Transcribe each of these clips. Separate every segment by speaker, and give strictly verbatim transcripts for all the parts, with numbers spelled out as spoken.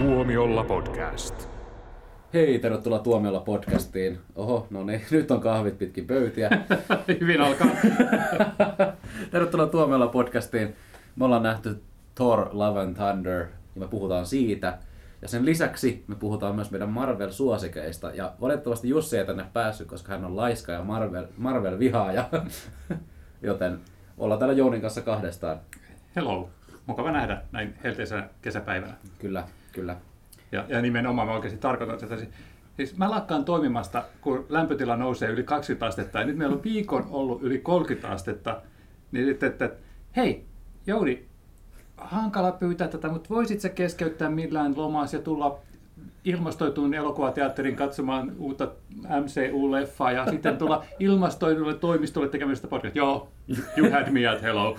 Speaker 1: Tuomiolla podcast.
Speaker 2: Hei, tervetuloa Tuomiolla podcastiin. Oho, no niin, nyt on kahvit pitkin pöytiä.
Speaker 3: Hyvin alkaa.
Speaker 2: Tervetuloa Tuomiolla podcastiin. Me ollaan nähty Thor Love and Thunder ja me puhutaan siitä. Ja sen lisäksi me puhutaan myös meidän Marvel-suosikeista. Ja valitettavasti Jussi ei tänne päässyt, koska hän on laiska ja Marvel, Marvel-vihaaja. Joten ollaan täällä Jounin kanssa kahdestaan.
Speaker 3: Hello. Mukava nähdä näin helteisenä kesäpäivänä.
Speaker 2: Kyllä, kyllä.
Speaker 3: Ja, ja nimenomaan mä oikeasti tarkoitan, että siis, siis mä lakkaan toimimasta, kun lämpötila nousee yli kaksikymmentä astetta ja nyt meillä on viikon ollut yli kolmekymmentä astetta. Niin sitten, että hei, Jouni, hankala pyytää tätä, mutta voisit sä keskeyttää millään lomaasi ja tulla ilmastoituun elokuvateatterin katsomaan uutta M C U-leffaa ja sitten tulla ilmastoidulle toimistolle tekemään sitä podcastia. Joo, you had me at hello.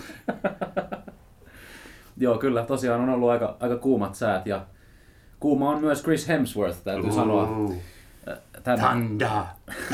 Speaker 2: Joo, kyllä. Tosiaan on ollut aika, aika kuumat säät ja kuuma on myös Chris Hemsworth, täytyy uh, sanoa.
Speaker 3: Tanda!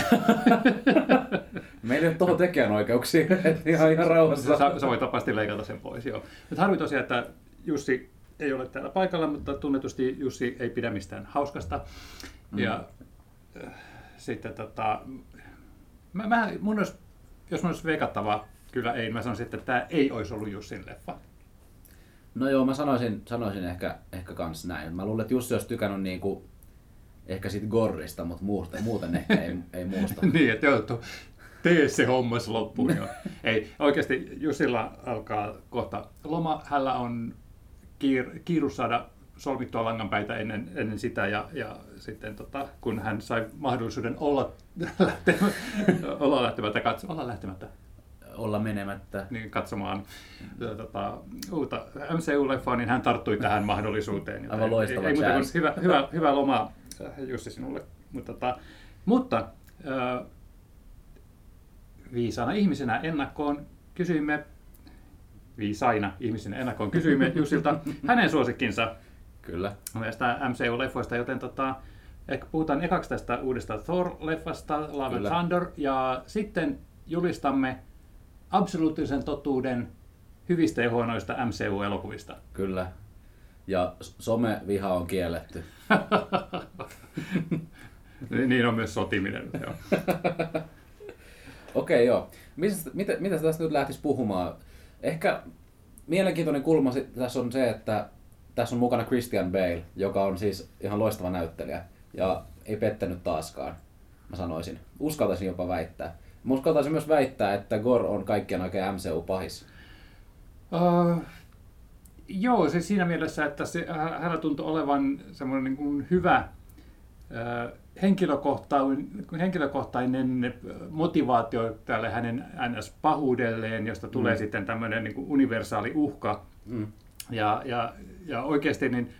Speaker 2: Meillä ei ole tuohon tekijänoikeuksia, ihan, ihan rauhassa.
Speaker 3: Sä, sä voit vapaasti leikata sen pois, joo. Nyt harvi tosiaan, että Jussi ei ole täällä paikalla, mutta tunnetusti Jussi ei pidä mistään hauskasta. Mm. Ja äh, sitten tota, mä, mä, mun olisi, jos mun olisi veikattava, kyllä ei, mä sanoisin, että tämä ei olisi ollut Jussin leffa.
Speaker 2: No joo, mä sanoisin, sanoisin ehkä, ehkä kans näin. Mä luulen, että Jussi olisi tykännyt niinku, ehkä siitä Gorrista, mutta muuten, muuten ehkä ei, ei muusta.
Speaker 3: Niin, että joo, tee se hommas loppuun. Jo. Ei, oikeasti Jussilla alkaa kohta loma. Hänellä on kiir, kiirus saada solmittua langanpäitä ennen, ennen sitä ja, ja sitten tota, kun hän sai mahdollisuuden olla lähtemättä, olla lähtemättä, katso, olla lähtemättä.
Speaker 2: olla menemättä.
Speaker 3: Niin, katsomaan tota, uutta M C U-leffaa, niin hän tarttui tähän mahdollisuuteen.
Speaker 2: Aivan loistava
Speaker 3: ei, ei muuta kuin hyvä, hyvä, hyvä loma Jussi sinulle. Mutta, tota, mutta äh, viisaana ihmisenä ennakkoon kysyimme, viisaina ihmisenä ennakkoon kysyimme Jussilta hänen suosikkinsa
Speaker 2: Kyllä.
Speaker 3: näistä M C U-leffoista, joten tota, ehkä puhutaan ekaksi tästä uudesta Thor-leffasta, Love and Thunder, ja sitten julistamme absoluuttisen totuuden hyvistä ja huonoista M C U-elokuvista.
Speaker 2: Kyllä. Ja someviha on kielletty.
Speaker 3: Niin on myös sotiminen. Joo.
Speaker 2: Okei, joo. Mistä, mitä, mitä tästä nyt lähtisi puhumaan? Ehkä mielenkiintoinen kulma tässä on se, että tässä on mukana Christian Bale, joka on siis ihan loistava näyttelijä. Ja ei pettänyt taaskaan, mä sanoisin. Uskaltaisin jopa väittää. Mä uskaltaisin myös väittää, että Gore on kaikkien oikein M C U-pahis.
Speaker 3: Uh, joo, siis siinä mielessä, että se, hänellä tuntui olevan semmoinen niin kuin hyvä uh, henkilökohtainen, henkilökohtainen motivaatio tälle hänen N S-pahuudelleen, josta tulee mm. sitten tämmöinen niin kuin universaali uhka. Mm. Ja, ja, ja oikeasti niin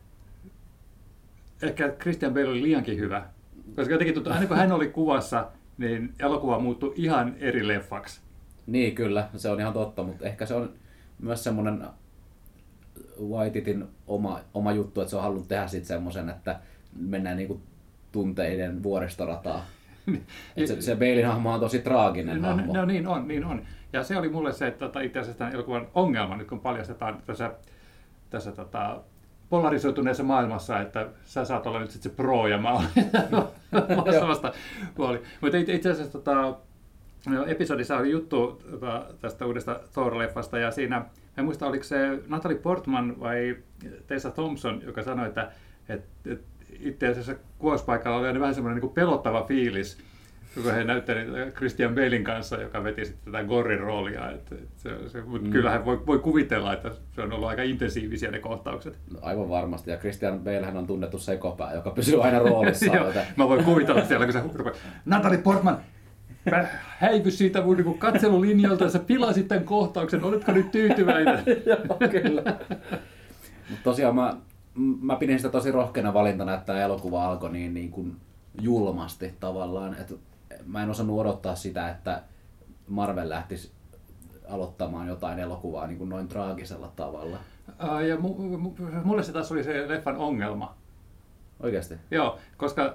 Speaker 3: ehkä Christian Bale oli liiankin hyvä, koska jotenkin tuntui, aina kun hän oli kuvassa, niin elokuva muuttui ihan eri leffaksi.
Speaker 2: Niin, kyllä, se on ihan totta, mutta ehkä se on myös semmoinen Waititin oma, oma juttu, että se on halunnut tehdä sitten semmoisen, että mennään niinku tunteiden vuoristorataa. se, se Balein hahmo on tosi traaginen
Speaker 3: no,
Speaker 2: hahmo.
Speaker 3: No niin on, niin on. Ja se oli mulle se, että itse asiassa tämän elokuvan ongelma, nyt kun paljastetaan tässä, tässä tota, polarisoituneessa maailmassa, että sä saat olla nyt sitten se pro ja mä olen vastaavasta puoli. Mutta itse asiassa tota, episodissa oli juttu tota, tästä uudesta Thor-leffasta ja siinä, en muista oliko se Natalie Portman vai Tessa Thompson, joka sanoi, että, että, että itse asiassa kuvauspaikalla oli vähän semmoinen niin kuin pelottava fiilis, kun he näyttelivät Christian Balein kanssa, joka veti sitten tätä Gorrin roolia. Että, että se, se, mutta mm. kyllähän voi, voi kuvitella, että se on ollut aika intensiivisiä ne kohtaukset.
Speaker 2: No, aivan varmasti. Ja Christian Balehän on tunnettu sekopää, joka pysyy aina roolissaan.
Speaker 3: Joo, mä voin kuvitella siellä, kun se rupeaa, Natalie Portman, häivy siitä mun niin katselulinjalta ja sä pilasit tämän kohtauksen, oletko nyt tyytyväinen?
Speaker 2: Joo, kyllä. Mutta tosiaan mä, mä pidin sitä tosi rohkeana valintana, että tämä elokuva alkoi niin, niin kuin julmasti tavallaan. Et mä en osannut odottaa sitä, että Marvel lähtisi aloittamaan jotain elokuvaa niin kuin noin traagisella tavalla.
Speaker 3: Uh, ja mu, mu, mulle se taas oli se leffan ongelma.
Speaker 2: Oikeasti?
Speaker 3: Joo, koska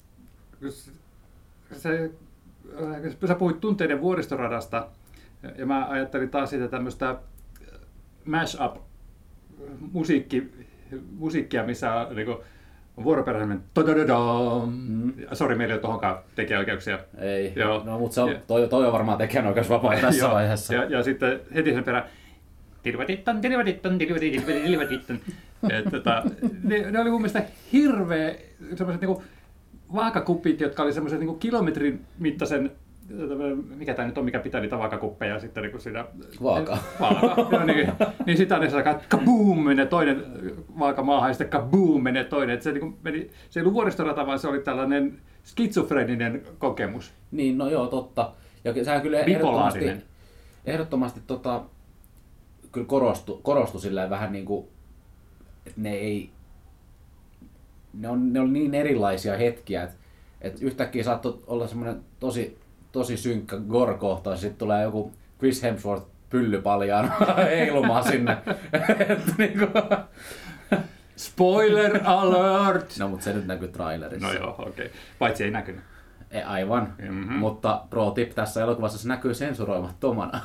Speaker 3: se, sä puhuit tunteiden vuoristoradasta ja mä ajattelin taas sitä tämmöistä mash-up musiikki musiikkia, missä on niin kuin, vuoroperäinen mm. Sori, meillä ei ole tuohonkaan tekijäoikeuksia.
Speaker 2: Ei,
Speaker 3: Joo.
Speaker 2: No, mutta se on, toi, toi on varmaan tekijänoikeusvapaa tässä vaiheessa.
Speaker 3: Ja, ja sitten heti sen perään tilvatittan, tilvatittan, tilvatittan, tilvatittan. Tota, ne, ne oli mun mielestä hirveä semmoiset niinku vaakakupit, jotka oli semmoiset niinku kilometrin mittaisen, mikä tämä nyt on, mikä pitää niitä vaakakuppeja sitten niinku siinä...
Speaker 2: Vaaka.
Speaker 3: Vaaka, no niin, niin sitä ne saa kaboom menee toinen vaaka maahan ja sitten kaboom menee toinen. Et se, niinku meni, se ei ollut vuoristorata, vaan se oli tällainen skitsofreninen kokemus.
Speaker 2: Niin, no joo, totta. Ja sehän kyllä ehdottomasti, ehdottomasti tota, kyllä korostui, korostui silleen vähän niin kuin, että ne ei, ne on, ne on niin erilaisia hetkiä, että, että yhtäkkiä saattoi olla semmoinen tosi, tosi synkkä gore-kohtaus, sitten tulee joku Chris Hemsworth pyllypaljaan heilumaan sinne. niin kuin...
Speaker 3: Spoiler alert!
Speaker 2: No, mutta se nyt näkyy trailerissa.
Speaker 3: No joo, okei. Okay. Paitsi ei näkynyt.
Speaker 2: Ei, aivan, mm-hmm. Mutta pro tip tässä elokuvassa se näkyy sensuroimattomana.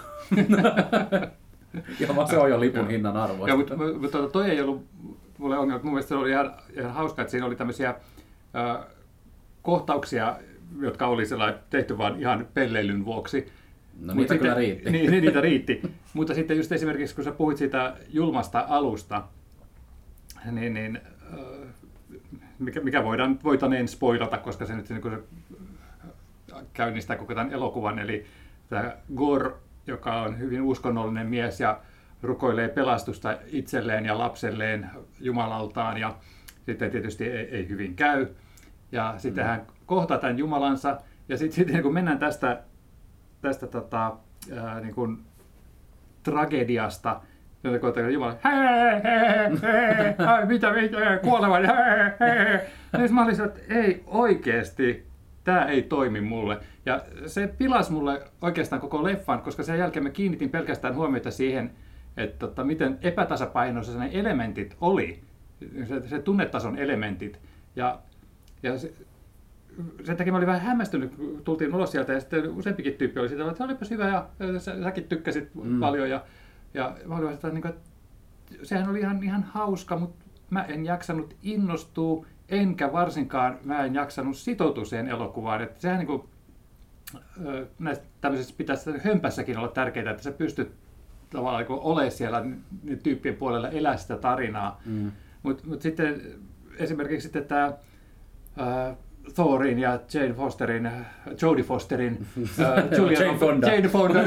Speaker 2: Ja vaan se on jo lipun hinnan arvoista.
Speaker 3: Mutta, mutta toi ei ollut mulle ongelma. Mun mielestä se oli ihan, ihan hauska, että siinä oli tämmöisiä äh, kohtauksia, jotka oli tehty vaan ihan pelleilyn vuoksi.
Speaker 2: No niitä
Speaker 3: sitten,
Speaker 2: kyllä riitti.
Speaker 3: Niin, niitä riitti. Mutta sitten just esimerkiksi, kun sä puhuit siitä julmasta alusta, niin, niin äh, mikä, mikä voidaan, voitaneen spoilata, koska se nyt niin kun se käynnistää koko tämän elokuvan, eli tämä Gore, joka on hyvin uskonnollinen mies ja rukoilee pelastusta itselleen ja lapselleen Jumalaltaan, ja sitten tietysti ei, ei hyvin käy. Ja sitten mm. hän kohtaa tämän Jumalansa, ja sitten, sitten kun mennään tästä, tästä tota, ää, niin kuin tragediasta, niin Jumala, hei, hei, hei, ai, mitä, mitä, kuolevan, hei, hei. Ja mä olin että ei oikeasti, tämä ei toimi mulle. Ja se pilasi mulle oikeastaan koko leffan, koska sen jälkeen mä kiinnitin pelkästään huomiota siihen, että tota, miten epätasapainoissa ne elementit oli, se, se tunnetason elementit. Ja, ja se, sen takia mä olin vähän hämmästynyt, kun tultiin ulos sieltä, ja sitten useampikin tyyppi oli sitä, että olipas hyvä, ja sä, säkin tykkäsit mm. paljon. Ja, ja mä olin että, että sehän oli ihan, ihan hauska, mutta mä en jaksanut innostua, enkä varsinkaan mä en jaksanut sitoutua siihen elokuvaan. Että sehän niin kuin, näissä tämmöisissä pitäisi hömpässäkin olla tärkeää, että sä pystyt tavallaan niin olemaan siellä tyyppien puolella, elää sitä tarinaa. Mm. Mutta mut sitten esimerkiksi sitten tämä äh, Thorin ja Jane Fosterin, Jodie Fosterin, äh, Julia
Speaker 2: Jane Fonda,
Speaker 3: Jane Fonda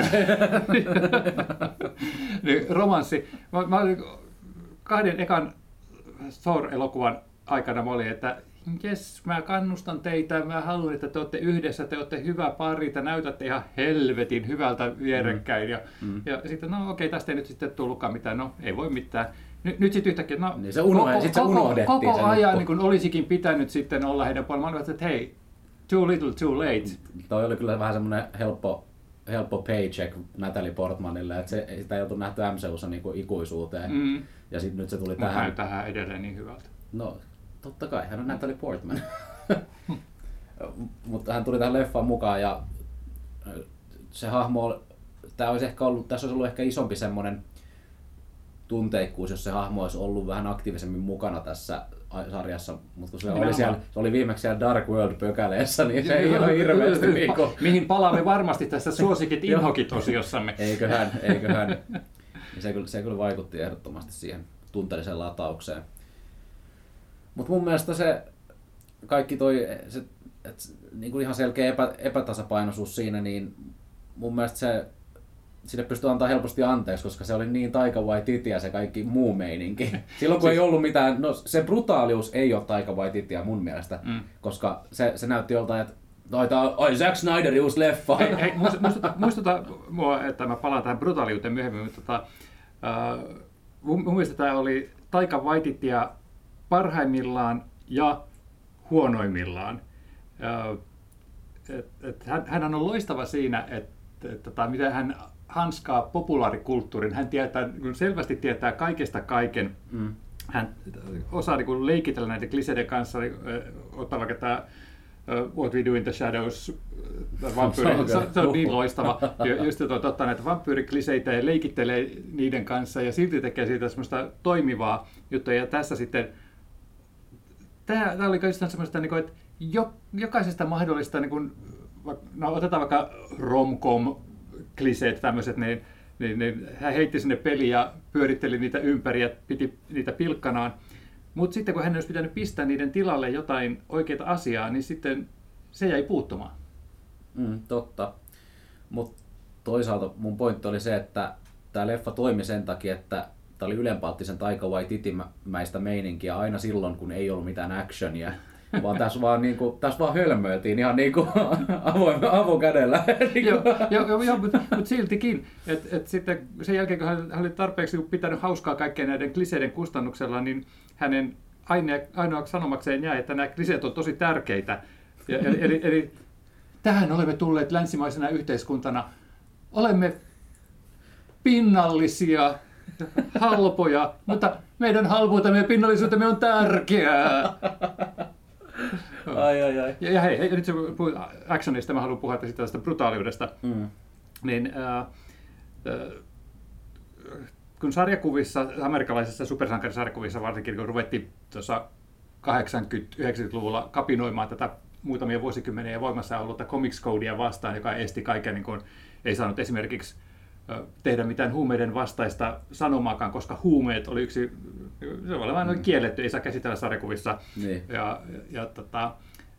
Speaker 3: niin, romanssi. Mä, mä olin kahden ekan Thor-elokuvan aikana mä olin, että jes, mä kannustan teitä, mä haluan, että te olette yhdessä, te olette hyvä pari, te näytätte ihan helvetin hyvältä vierekkäin. Ja, mm. ja sitten, no okei, tästä ei nyt sitten tullutkaan mitään, no ei voi mitään. Nyt, nyt sitten yhtäkkiä, no
Speaker 2: niin se, uno,
Speaker 3: koko,
Speaker 2: sit se unohdettiin.
Speaker 3: Koko se ajan niin kun olisikin pitänyt sitten olla heidän puolella. Mä olin, että hei, too little, too late.
Speaker 2: Toi oli kyllä vähän semmoinen helppo, helppo paycheck Natalie Portmanille, että se, sitä ei oltu nähty M C U:ssa niin kuin ikuisuuteen. Mm. Ja sitten nyt se tuli
Speaker 3: Mä
Speaker 2: tähän.
Speaker 3: tähän edelleen niin hyvältä.
Speaker 2: No, totta kai, hän on Natalie Portman. Mutta hän tuli tähän leffaan mukaan ja se hahmo, tää olisi ehkä ollut, tässä olisi ollut ehkä isompi semmoinen tunteikkuus, jos se hahmo olisi ollut vähän aktiivisemmin mukana tässä sarjassa, mutta kun se oli, siellä, se oli viimeksi siellä Dark World-pökäleessä, niin se ei ole hirveästi niinku...
Speaker 3: Mihin palaamme varmasti tässä suosikit inhokit-osiossamme.
Speaker 2: Eiköhän, eiköhän. Se kyllä, se kyllä vaikutti ehdottomasti siihen tunteelliseen lataukseen. Mutta mun mielestä se kaikki toi, se, et, niin kuin ihan selkeä epä, epätasapainoisuus siinä, niin mun mielestä se, sille pystyy antaa helposti anteeksi, koska se oli niin Taika Waititia se kaikki muu meininki. Silloin kun ei ollut mitään, no se brutaalius ei ole Taika Waititia mun mielestä, mm. koska se, se näytti joltain, että ai Zack Snyderin uusi leffa.
Speaker 3: Hei, hei muistuta, muistuta mua, että mä palaan tähän brutaaliuteen myöhemmin, mutta tota, uh, mun, mun mielestä tämä oli Taika Waititia parhaimmillaan ja huonoimmillaan. Uh, et, et hän, hän on loistava siinä, että et, et, miten hän hanskaa populaarikulttuurin. Hän tietää, selvästi tietää kaikesta kaiken. Mm. Hän osaa niin leikitellä näiden kliseiden kanssa, ottaa vaikka tämä uh, What We Do in the Shadows, vampyyri, se, se on niin loistava. Ja just että ottaa näitä vampyyrikliseitä ja leikittelee niiden kanssa ja silti tekee siitä semmoista toimivaa juttua. Ja tässä sitten, tämä, tämä oli oikeastaan semmoista, niin kuin, että jo, jokaisesta mahdollista, niin kuin, no otetaan vaikka rom-com-kliseet tämmöiset, niin, niin, niin hän heitti sinne peliä ja pyöritteli niitä ympäri ja piti niitä pilkkanaan. Mutta sitten kun hän olisi pitänyt pistää niiden tilalle jotain oikeaa asiaa, niin sitten se jäi puuttumaan.
Speaker 2: Mm, totta. Mutta toisaalta mun pointti oli se, että tämä leffa toimi sen takia, että tämä oli ylenpalttisen Taika Waititi-mäistä meininkiä aina silloin, kun ei ollut mitään actionia. Vaan tässä vaan, niinku, tässä vaan hölmöiltiin ihan niinku avoin, avokädellä.
Speaker 3: Joo, jo, jo, mutta mut siltikin. Et, et sitten sen jälkeen, kun hän, hän oli tarpeeksi pitänyt hauskaa kaikkien näiden kliseiden kustannuksella, niin hänen ainoaksi sanomakseen jäi, että nämä kliseet on tosi tärkeitä. Ja, eli, eli, eli tähän olemme tulleet länsimaisena yhteiskuntana. Olemme pinnallisia, halpoja, mutta meidän halpuutemme ja pinnallisuutemme on tärkeää.
Speaker 2: Ai, ai, ai.
Speaker 3: Ja, ja hei, hei, nyt se puhut actionista, mä haluan puhua tästä brutaaliudesta. Mm. Niin, äh, äh, kun sarjakuvissa, amerikkalaisissa supersankarisarjakuvissa varsinkin, kun ruvettiin tuossa kahdeksankymmentä-yhdeksänkymmentäluvulla kapinoimaan tätä muutamia vuosikymmeniä voimassa ollutta Comics Codea vastaan, joka esti kaiken, niin kun ei saanut esimerkiksi tehdä mitään huumeiden vastaista sanomaakaan, koska huumeet oli yksi, se oli vain mm. kielletty, ei saa käsitellä sarjakuvissa. Niin. Ja, ja tota,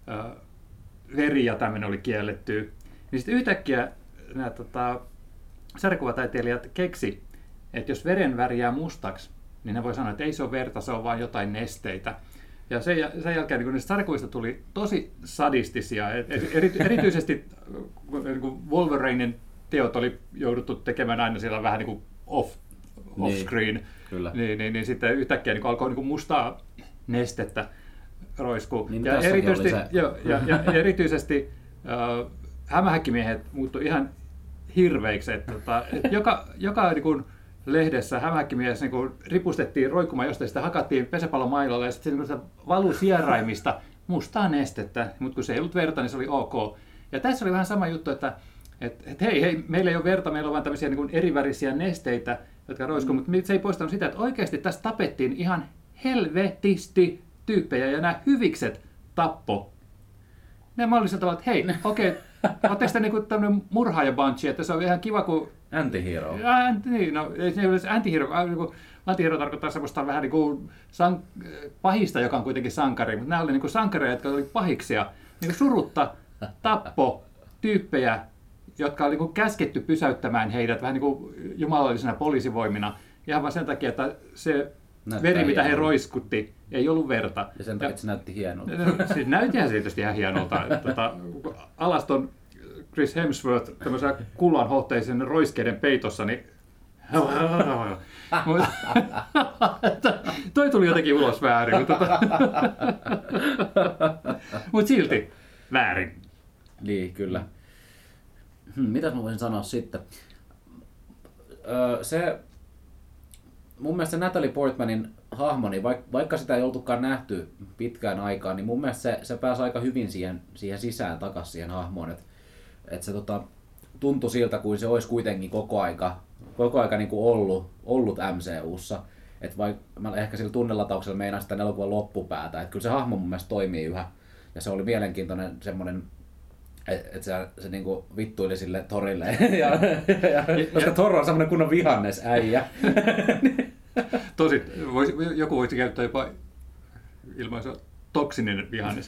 Speaker 3: veri ja tämmöinen oli kielletty. Niin sitten yhtäkkiä nämä tota, sarjakuvataiteilijat keksi, että jos veren väri jää mustaksi, niin ne voi sanoa, että ei se ole verta, se on vain jotain nesteitä. Ja sen, sen jälkeen niin kun niistä sarjakuvista tuli tosi sadistisia, eri, erityisesti niin Wolverinen teot oli jouduttu tekemään aina siellä vähän niin kuin off, off-screen, niin, niin, niin, niin sitten yhtäkkiä niin alkoi niin mustaa nestettä roiskuu.
Speaker 2: Niin
Speaker 3: ja, erityisesti, jo, ja, ja erityisesti äh, hämähäkkimiehet muuttui ihan hirveiksi. Että, että, että joka joka niin kuin lehdessä hämähäkkimies niin kuin ripustettiin roikkumaan jostain, sitä hakattiin pesäpallomailolla ja sitten se valui sieraimista mustaa nestettä, mutta kun se ei ollut verta, niin se oli ok. Ja tässä oli vähän sama juttu, että Että et hei, hei, meillä ei ole verta, meillä on vain tämmöisiä niin kuin erivärisiä nesteitä, jotka roiskuu, mm. mutta se ei poistanut sitä, että oikeasti tässä tapettiin ihan helvetisti tyyppejä ja nämä hyvikset tappo. Ne mahdolliset tavalla, että hei, okei, okay, ootteko te niin tämmöinen murhaajabanchi, että se on ihan kiva kuin...
Speaker 2: Antihero.
Speaker 3: Anti, niin, no ei se ole antihero, antihero tarkoittaa semmoista vähän niin kuin sank, pahista, joka on kuitenkin sankari, mutta nämä oli niin kuin sankareja, jotka oli pahiksia, niin kuin surutta, tappo, tyyppejä, jotka oli niin käsketty pysäyttämään heidät vähän niin kuin jumalallisena poliisivoimina, ihan vain sen takia, että se näyttää veri, mitä he roiskutti, ei ollut verta.
Speaker 2: Ja sen takia, että se näytti hienolta.
Speaker 3: Siis näyttihän se tietysti ihan hienolta. Tota, alaston Chris Hemsworth tämmöisen kullanhohteisen roiskeiden peitossa, niin toi tuli jotenkin ulos väärin, mutta tota... Mut silti väärin.
Speaker 2: Niin, kyllä. Hmm, mitäs mä voisin sanoa sitten? Öö, se, mun mielestä se Natalie Portmanin hahmo, niin vaikka, vaikka sitä ei oltukaan nähty pitkään aikaan, niin mun mielestä se, se pääsi aika hyvin siihen, siihen sisään takaisin siihen hahmoon. Että et se tota, tuntui siltä, kuin se olisi kuitenkin koko aika, koko aika niin kuin ollut, ollut M C U:ssa. Että vaikka mä ehkä sillä tunnelatauksella meinaan sitä elokuvan loppupäätä. Että kyllä se hahmo mun mielestä toimii yhä. Ja se oli mielenkiintoinen semmoinen, että se, se niinku vittuili sille Thorille, ja, ja, koska Thor on semmoinen kunnon vihannesäijä.
Speaker 3: Tosi, voisi, joku voisi käyttää jopa ilmaisua toksinen vihannes.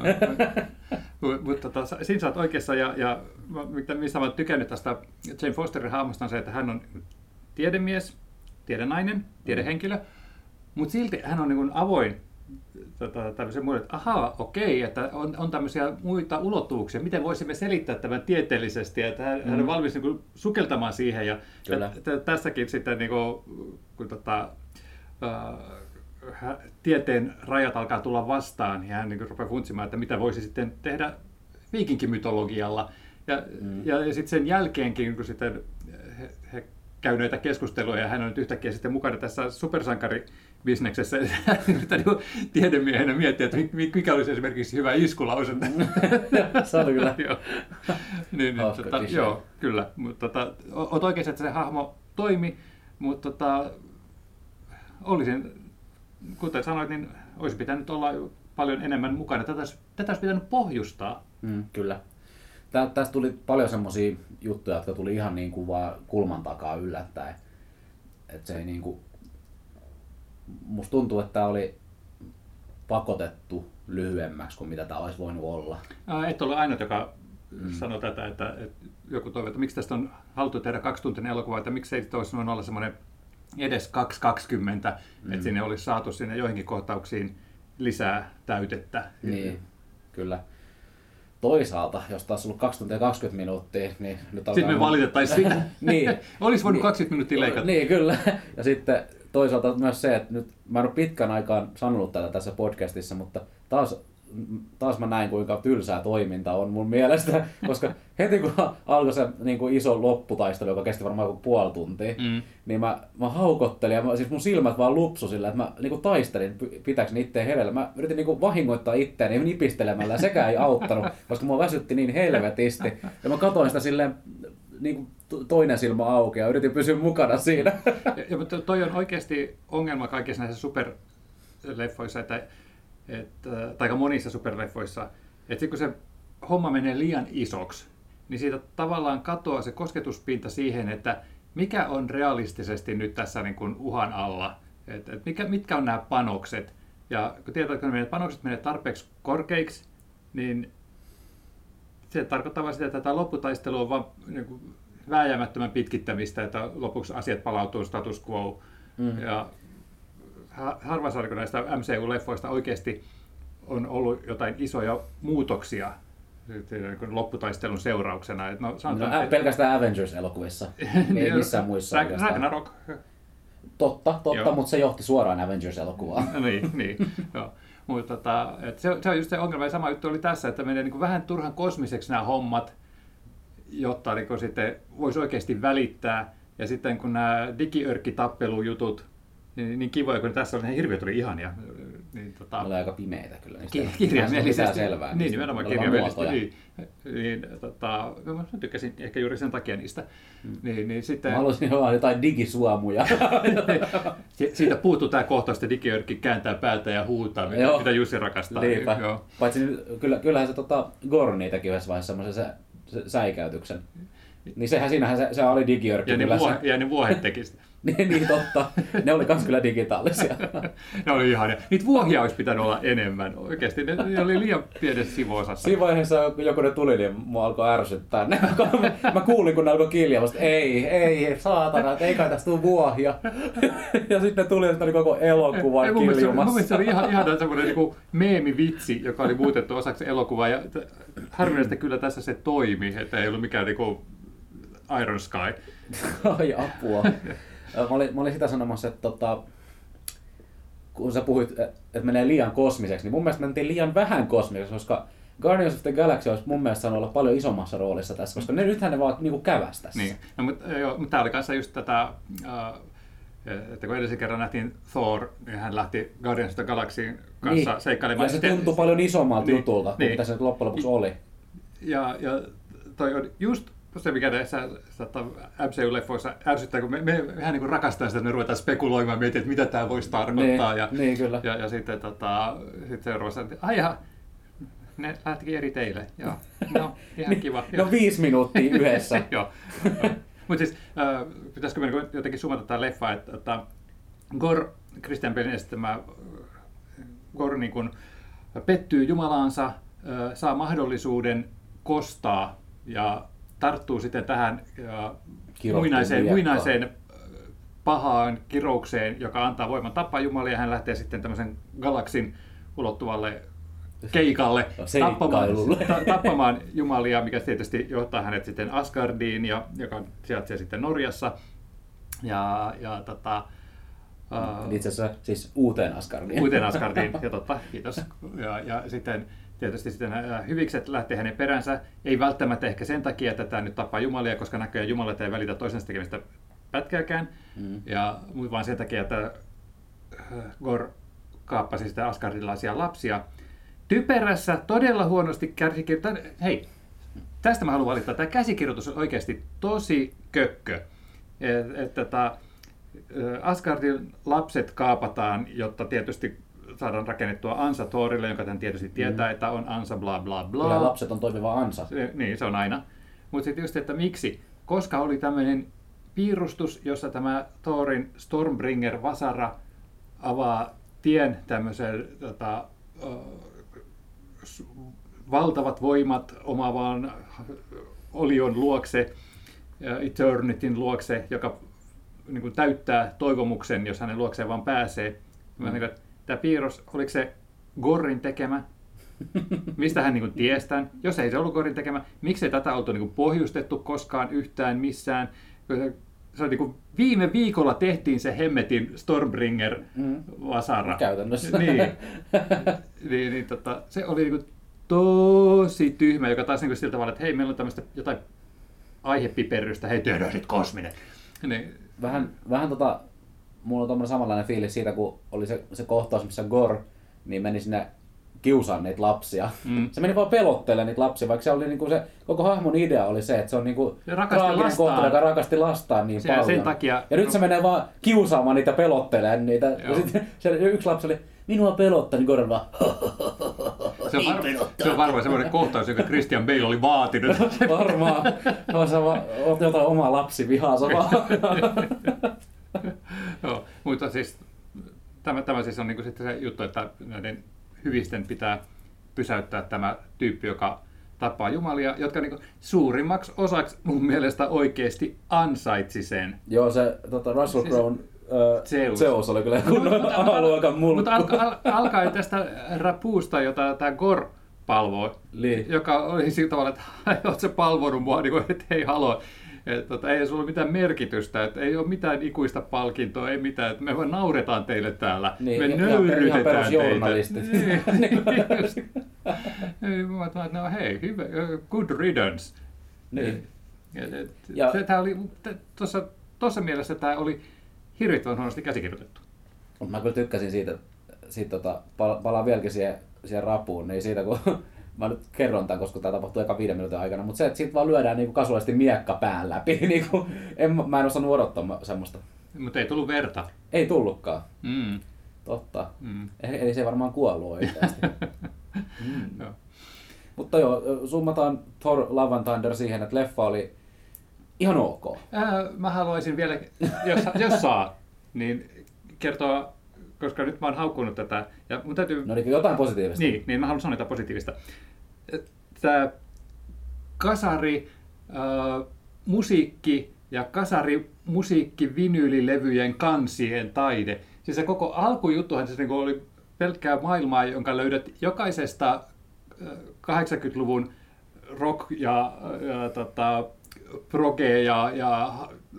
Speaker 3: Mutta tota, siinä sä oot oikeassa, ja, ja mistä mä oon tykännyt tästä Jane Fosterin hahmosta on se, että hän on tiedemies, tiedenainen, tiedehenkilö, mutta silti hän on niin kuin avoin Tota, tämmöisen muille, että ahaa, okei, että on, on tämmöisiä muita ulottuvuuksia, miten voisimme selittää tämän tieteellisesti, että hän, mm. hän on valmis niin kuin, sukeltamaan siihen, ja, ja t- tässäkin sitten, niin kuin, kun tota, äh, tieteen rajat alkaa tulla vastaan, ja hän niin kuin, rupeaa funtsimaan, että mitä voisi sitten tehdä viikinkimytologialla, ja, mm. ja, ja sitten sen jälkeenkin, kun sitten he, he käy näitä keskusteluja ja hän on nyt yhtäkkiä sitten mukana tässä supersankaribisneksessä. Yritän tiedemiehenä miettiä, että mikä olisi esimerkiksi hyvä iskulause.
Speaker 2: Se oli kyllä.
Speaker 3: Joo. Niin, niin, tota, joo, kyllä. Mutta tota, olet oikein, että se hahmo toimi, mutta tota, olisin, kuten sanoit, niin olisi pitänyt olla paljon enemmän mukana. Tätä olisi, tätä olisi pitänyt pohjustaa.
Speaker 2: Mm, kyllä. Tä, tästä tuli paljon semmoisia juttuja, jotka tuli ihan niin kuin vaan kulman takaa yllättäen. Et se ei niin kuin... Musta tuntuu, että tämä oli pakotettu lyhyemmäksi kuin mitä tämä olisi voinut olla.
Speaker 3: Et ole ainoa, joka mm. sanoi tätä, että, että joku toivoo, että miksi tästä on haluttu tehdä kaksituntinen elokuva, että miksi ei olisi voinut olla semmoinen edes kaksi kaksikymmentä, mm. että sinne olisi saatu sinne joihinkin kohtauksiin lisää täytettä.
Speaker 2: Niin, kyllä. Toisaalta, jos taas ollut kaksi tuntia kaksikymmentä minuuttia, niin nyt
Speaker 3: sitten me valitettaisiin sitä.
Speaker 2: Niin.
Speaker 3: Olisi voinut
Speaker 2: niin,
Speaker 3: kaksikymmentä minuuttia leikata.
Speaker 2: Niin, kyllä. Ja sitten toisaalta myös se, että nyt mä en ole pitkän aikaan sanonut tätä tässä podcastissa, mutta taas, taas mä näin, kuinka tylsää toiminta on mun mielestä, koska heti kun alkoi se niin kuin iso lopputaistelu, joka kesti varmaan joku puoli tuntia, mm. niin mä, mä haukottelin ja mä, siis mun silmät vaan lupsu sillä, että mä niin kuin taistelin pitääkseni itteen hereillä. Mä yritin niin kuin vahingoittaa itteeni nipistelemällä ja sekään ei auttanut, koska mua väsytti niin helvetisti. Ja mä katsoin sitä silleen niin kuin toinen silmä auki ja yritin pysyä mukana siinä.
Speaker 3: Ja, ja, mutta toi on oikeasti ongelma kaikissa näissä superleffoissa, että että, tai aika monissa superleffoissa, että kun se homma menee liian isoksi, niin siitä tavallaan katoaa se kosketuspinta siihen, että mikä on realistisesti nyt tässä niin kuin uhan alla, että, että mikä, mitkä on nämä panokset. Ja kun tietää, että kun ne panokset menee tarpeeksi korkeiksi, niin se tarkoittaa vain sitä, että tämä lopputaistelu on vain niin kuin vääjäämättömän pitkittämistä, että lopuksi asiat palautuu status quo. Mm. Ja harva saada, kun näistä M C U-leffoista oikeasti on ollut jotain isoja muutoksia lopputaistelun seurauksena. No, sanotaan,
Speaker 2: no, pelkästään Avengers-elokuvissa, ei missään muissa.
Speaker 3: Ragnarok.
Speaker 2: Totta, totta, mutta se johti suoraan Avengers-elokuvaan.
Speaker 3: niin, niin. Joo. Mutta tota, se, se on just se ongelma, ja sama juttu oli tässä, että menee niin vähän turhan kosmiseksi nämä hommat, jotta niin sitten voisi oikeasti välittää. Ja sitten kun nämä digiörkkitappelujutut, niin, niin kivoja, kun tässä oli, ne hirviöt oli ihania. Niin, tota,
Speaker 2: ne oli aika pimeitä kyllä.
Speaker 3: Ki- kirjaimellisesti.
Speaker 2: Selvää,
Speaker 3: niin, nimenomaan kirjaimellisesti. Niin, niin, tota, mä tykkäsin ehkä juuri sen takia niistä. Hmm. Niin, niin sitten,
Speaker 2: mä haluaisin olla jotain digisuomuja.
Speaker 3: Siitä puuttuu tämä kohtaus, että digiörkki kääntää päätä ja huutaa, mitä, mitä Jussi rakastaa.
Speaker 2: Niin, joo. Paitsi kyllä, kyllähän se tota, Gorni teki yhdessä vaiheessa semmoisen se, se, säikäytyksen. Niin sehän siinähän se, se oli digiörkki.
Speaker 3: Ja ne, vuohe, ja ne vuohet teki sitä.
Speaker 2: niin, niin totta. Ne oli kans kyllä digitaalisia.
Speaker 3: Ne oli ihania. Niitä vuohia olisi pitänyt olla enemmän. Oikeasti ne, ne oli liian pienessä sivu-osassa.
Speaker 2: Siinä vaiheessa, joku ne tuli, niin mua alkoi ärsyttää. Mä kuulin, kun ne alkoi kiljaa, että ei, ei, saatana, että ei kai tästä tule vuohia. Ja sitten tuli, että oli koko elokuva kiljumassa.
Speaker 3: Mun mielestä se oli ihan, ihan semmoinen niin meemivitsi, joka oli muutettu osaksi elokuvaa. Ja harvinaisesti kyllä tässä se toimi, että ei ollut mikään niin kuin Iron Sky.
Speaker 2: Ai apua. Mä olin, mä olin sitä sanomassa, että tota, kun sä puhuit, että menee liian kosmiseksi, niin mun mielestä mentiin liian vähän kosmiseksi, koska Guardians of the Galaxy olisi mun mielestä saanut olla paljon isommassa roolissa tässä, koska ne, nythän ne vaan niinku käväs tässä.
Speaker 3: Niin. No, mutta, joo, mutta tämä oli kanssa just tätä, että kun edellisen kerran nähtiin Thor, niin hän lähti Guardians of the Galaxyn kanssa niin seikkailemaan.
Speaker 2: Ja se tuntui paljon isommalta niin, jutulta kuin
Speaker 3: niin,
Speaker 2: mitä se nyt loppujen lopuksi oli.
Speaker 3: Ja, ja toi on just se, mikä näissä M C U-leffoissa ärsyttää, kun me, me ihan niin kuin rakastaa sitä, että me ruvetaan spekuloimaan, miettiä, että mitä tämä voisi tarkoittaa.
Speaker 2: Niin,
Speaker 3: ja,
Speaker 2: niin, kyllä.
Speaker 3: Ja, ja sitten tota, sit seuraavassa, että ai jaha, ne lähtikin eri teille. Joo, no, ihan kiva.
Speaker 2: No viisi minuuttia yhdessä.
Speaker 3: Joo. Mutta siis, äh, pitäisikö me jotenkin summata tämä leffa, että, että Gore, Christian Balein esittämä Gore niin kun pettyy Jumalaansa, äh, saa mahdollisuuden kostaa ja tarttuu sitten tähän uh, muinaiseen, muinaiseen pahaan kiroukseen, joka antaa voiman tappaa Jumalia, ja hän lähtee sitten tämmöisen galaksin ulottuvalle keikalle tappamaan, ta, tappamaan Jumalia, mikä tietysti johtaa hänet sitten Asgardiin, ja, joka sijaitsee sitten Norjassa. Ja, ja tota,
Speaker 2: uh, itse asiassa siis uuteen Asgardiin.
Speaker 3: Uuteen Asgardiin, ja totta, kiitos. Ja, ja sitten tietysti sitten hyvikset lähtee hänen peränsä, ei välttämättä ehkä sen takia, että tämä nyt tappaa Jumalia, koska näköjään Jumalat ei välitä toisensa tekemistä pätkääkään, mm. ja vaan sen takia, että Gorr kaappasi sitä asgardilaisia lapsia. Typerässä, todella huonosti käsikirjoitettu. Hei, tästä mä haluan valittaa. Tämä käsikirjoitus on oikeasti tosi kökkö. Että et, Asgardin lapset kaapataan, jotta tietysti saadaan rakennettua ansa Thorille, jonka tämän tietysti tietää, mm. että on ansa bla bla bla.
Speaker 2: Kyllä lapset on toimiva ansa.
Speaker 3: Se, niin, se on aina. Mutta sitten just, että miksi? Koska oli tämmöinen piirustus, jossa tämä Thorin Stormbringer vasara avaa tien tämmöisen tota, valtavat voimat omaavaan Olion luokse, Eternityn luokse, joka niin kuin täyttää toivomuksen, jos hänen luokseen vaan pääsee. Mm. Mä, niin kuin, tämä piirros, oliko se Gorrin tekemä? Mistä hän niin kuin tiesi tämän? Jos ei se ollut Gorrin tekemä, miksei tätä oltu niin kuin pohjustettu koskaan yhtään missään? Se on niin kuin, viime viikolla tehtiin se hemmetin Stormbringer-vasara. Mm.
Speaker 2: Käytännössä.
Speaker 3: Niin. niin, niin tota, se oli niin kuin tosi tyhmä, joka taas niin kuin sillä tavalla, että hei, meillä on tämmöistä jotain aihepiperrystä, hei, tehdään sit kosminen. Niin.
Speaker 2: Vähän, vähän tota, mulla on tommoinen samanlainen fiilis siitä, kun oli se, se kohtaus, missä Gorr niin meni sinne kiusaan niitä lapsia. Mm. Se meni vaan pelottelemaan niitä lapsia, vaikka se oli niinku se koko hahmon idea oli se, että se on niinku traaginen kohta, joka rakasti lastaan niin se, paljon.
Speaker 3: Sen takia...
Speaker 2: Ja nyt se menee vaan kiusaamaan niitä, pelottelemaan niitä. Ja sitten se yksi lapsi oli, minua pelottani, Gorr vaan.
Speaker 3: Se on, var- se on varmaan semmoinen kohtaus, joka Christian Bale oli vaatinut.
Speaker 2: Varmaan. Sä oot jotain omaa lapsivihaansa vaan.
Speaker 3: Joo, mutta siis tämä, tämä siis on niin kuin sitten se juttu, että näiden hyvisten pitää pysäyttää tämä tyyppi, joka tappaa jumalia, jotka niin kuin suurimmaksi osaksi mun mielestä oikeasti ansaitsi sen.
Speaker 2: Joo, se tota, Russell
Speaker 3: siis,
Speaker 2: Crowe uh, Zeus. Zeus oli kyllä kunnon A-luokan mulkku.
Speaker 3: Mutta alka, al, alkaen tästä rapuusta, jota tämä Gorr palvoi,
Speaker 2: Li.
Speaker 3: joka oli sillä tavalla, että oot sä palvonut mua, niin kuin, että hei halo. Että, tota, ei sulla ole mitään merkitystä, että ei ole mitään ikuista palkintoa, ei mitään, että me vaan nauretaan teille täällä,
Speaker 2: niin,
Speaker 3: me
Speaker 2: ihan,
Speaker 3: nöyrytetään
Speaker 2: ihan
Speaker 3: teitä. Niin, just. Mä ajattelin, että no hei, hyvä, good riddance. Niin. Tämä oli, tuossa, tuossa mielessä tämä oli hirvittävän huonosti käsikirjoitettu.
Speaker 2: Mutta mä kyllä tykkäsin siitä, siitä tota, palaan vieläkin siihen, siihen rapuun, niin siitä kun mä nyt kerron tämän, koska tämä tapahtuu eka viiden minuutin aikana, mutta se, että siitä vaan lyödään niinku kasuaalisesti miekka pään läpi, niinku, en, mä en osannut odottaa semmoista.
Speaker 3: Mutta ei tullut verta.
Speaker 2: Ei tullutkaan.
Speaker 3: Mm.
Speaker 2: Totta.
Speaker 3: Mm.
Speaker 2: Eli se ei varmaan kuollut oikeasti. mm. no. Mutta joo, summataan Thor Love and Thunder siihen, että leffa oli ihan ok.
Speaker 3: Ää, mä haluaisin vielä, jos, jos saa, niin kertoa, koska nyt mä oon haukkunut tätä. Ja mun täytyy...
Speaker 2: No niin, jotain positiivista.
Speaker 3: Niin, niin mä haluan sanoa jotain positiivista. Tämä kasari, äh, musiikki ja kasari musiikki vinyylilevyjen kansien taide. Siis se koko alkujuttuhan se oli pelkkää maailmaa, jonka löydät jokaisesta kahdeksankymmentäluvun rock- ja, ja tota, proge- ja, ja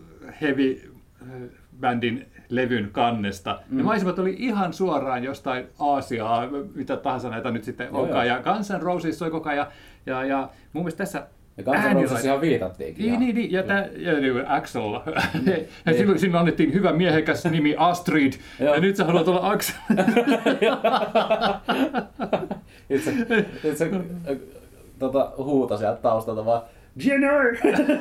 Speaker 3: heavy-bändin levyn kannesta. Mm. Ja maisemat oli ihan suoraan jostain Aasiaa, mitä tahansa näitä nyt sitten joo, onkaan. Joo. Ja Guns N' Roses soi koko ajan. Ja, ja mun mielestä tässä...
Speaker 2: Ja Guns N' Roses ihan viitattiinkin.
Speaker 3: Niin, niin, niin. Ja, tämä, ja niin, Axel. Niin. Ja silloin sinne annettiin hyvä miehekäs nimi Astrid. Ja nyt sä haluat olla Axel.
Speaker 2: Itse, itse tota, huuta sieltä taustalta vaan Jenner!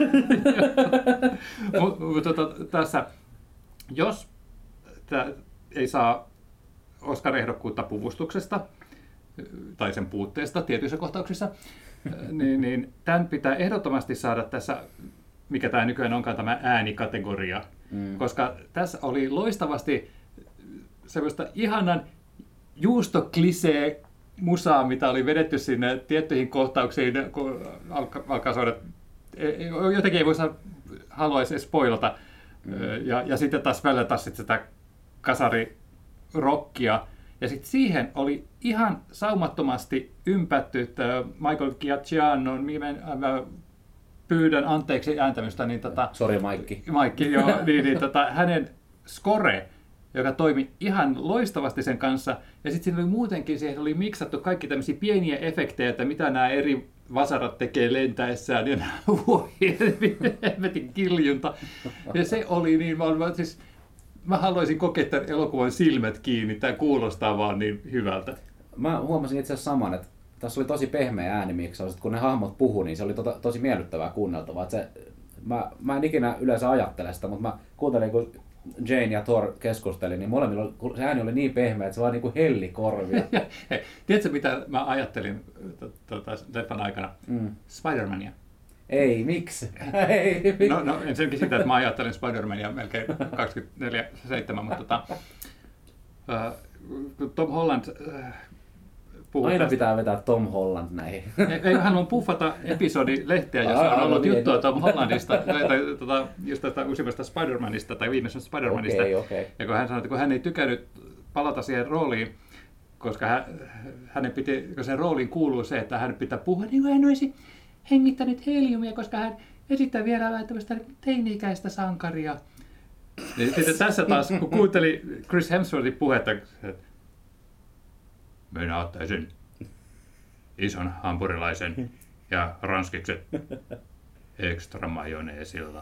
Speaker 3: Mutta tota, tässä, jos tämä ei saa Oscar-ehdokkuutta puvustuksesta tai sen puutteesta tietyissä kohtauksissa, niin, niin tämän pitää ehdottomasti saada tässä, mikä tämä nykyään onkaan, tämä äänikategoria. Mm. Koska tässä oli loistavasti semmoista ihanan juustoklisee musaa, mitä oli vedetty sinne tiettyihin kohtauksiin, kun alkaa, alkaa soida. Jotenkin ei voi haluaisi spoilata. Mm. Ja, ja sitten taas välillä taas sit sitä kasarirockia. Ja sitten siihen oli ihan saumattomasti ympätty, että Michael Giacchianon, mä pyydän anteeksi ääntämystä, niin tota...
Speaker 2: Sori Maikki.
Speaker 3: Maikki, joo, niin, niin tota, hänen score, joka toimi ihan loistavasti sen kanssa. Ja sitten siinä oli muutenkin, siihen oli miksattu kaikki tämmöisiä pieniä efektejä, että mitä nämä eri vasarat tekee lentäessään ja voi helvetin kiljunta. Ja se oli niin, mä, mä, siis, mä haluaisin kokea tämän elokuvan silmät kiinni, tämä kuulostaa vaan niin hyvältä.
Speaker 2: Mä huomasin itse asiassa saman, että tässä oli tosi pehmeä äänimiksaus, että kun ne hahmot puhui, niin se oli tota, tosi miellyttävää kuunneltavaa. Että se, mä, mä en ikinä yleensä ajattele sitä, mutta mä kuuntelin, kun Jane ja Thor keskusteli, niin molemmilla se ääni oli niin pehmeä, että se vaan niin kuin helli korvia.
Speaker 3: Hei, tiedätkö mitä mä ajattelin tuota, leffan aikana? Mm. Spider-Mania.
Speaker 2: Ei, miksi? Ei,
Speaker 3: no, no ensinnäkin sitä, että mä ajattelin Spider-Mania melkein kaksikymmentäneljä seitsemän, mutta tota, uh, Tom Holland uh, puhuu
Speaker 2: aina
Speaker 3: tästä.
Speaker 2: Pitää vetää Tom Holland näihin.
Speaker 3: Ei, hän on puffata episodilehteä, jossa on ollut juttua Tom Hollandista, tai tuota, just tästä uusimmasta Spider-Manista, tai viimeisestä Spider-Manista.
Speaker 2: Okay, okay.
Speaker 3: Ja kun hän sanoi, että kun hän ei tykännyt palata siihen rooliin, koska hän, hänen piti, kun sen rooliin kuuluu se, että hän pitää puhua niin kuin hän olisi hengittänyt heliumia, koska hän esittää vielä vähän tämmöistä teini-ikäistä sankaria. Niin sitten tässä taas, kun kuunteli Chris Hemsworthin puhetta, että minä ottaisin ison hampurilaisen ja ranskikset ekstra majoneesilla.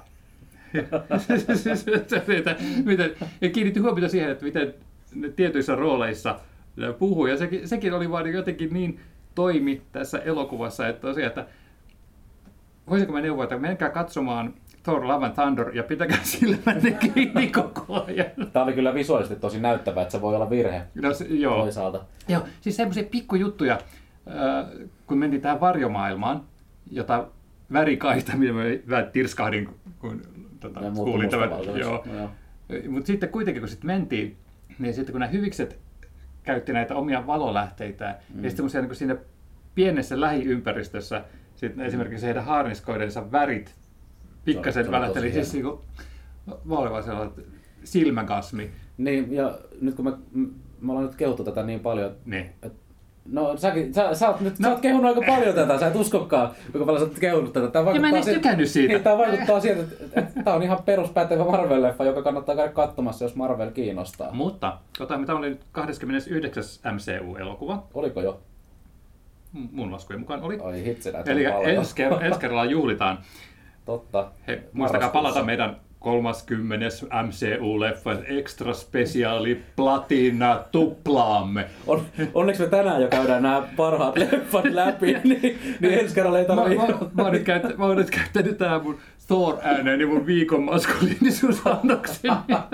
Speaker 3: Ja kiinnitti huomiota siihen, että miten tietyissä rooleissa puhuu. Ja sekin, sekin oli vaan jotenkin niin toimi tässä elokuvassa, että tosiaan, että voisinko mä neuvoa, että menkää katsomaan Thor Love and Thunder ja pitäkää silmänne kiinni koko ajan.
Speaker 2: Tämä oli kyllä visuaalisesti tosi näyttävää, että se voi olla virhe
Speaker 3: no, se, joo.
Speaker 2: toisaalta.
Speaker 3: Joo, siis semmoisia pikkujuttuja, kun mentiin tähän varjomaailmaan, jota värikaista, mitä mä vähän tirskahdin, kun tota, kuulin tämän. Joo. No, mutta sitten kuitenkin, kun sitten mentiin, niin sitten kun nämä hyvikset käytti näitä omia valolähteitä, mm. ja sitten niin siinä pienessä lähiympäristössä, sitten esimerkiksi heidän haarniskoidensa värit pikkasen välähteli, siis niin kuin, mä olin vaan sellainen silmäkasmi.
Speaker 2: Niin, ja nyt kun me, me ollaan nyt kehuttu tätä niin paljon,
Speaker 3: niin.
Speaker 2: että no säkin, sä, sä, oot, nyt,
Speaker 3: no.
Speaker 2: sä oot kehunut aika paljon tätä, sä et uskokaan, kuinka paljon sä oot kehunut tätä. Tää
Speaker 3: ja mä en edes tykännyt siitä.
Speaker 2: Niin, tää vaikuttaa siitä, että, että tää on ihan peruspätevä Marvel-leffa, joka kannattaa käydä katsomassa, jos Marvel kiinnostaa.
Speaker 3: Mutta, tämä oli nyt kahdeskymmenesyhdeksäs M C U-elokuva.
Speaker 2: Oliko jo?
Speaker 3: Mun laskujen mukaan oli.
Speaker 2: Oi hitsi, näitä
Speaker 3: eli ensi kerralla juhlitaan.
Speaker 2: Totta.
Speaker 3: He, muistakaa palata meidän kolmaskymmenes M C U-leffa extra spesiaali platina tuplaamme. On,
Speaker 2: onneksi me tänään jo käydään nämä parhaat leffat läpi, niin, niin ensi kerralla ei tarvitse.
Speaker 3: Mä, mä, mä, oon nyt käyttänyt, mä oon nyt käyttänyt tää mun Thor-ääneen niin mun viikon maskuliinisuusannoksen.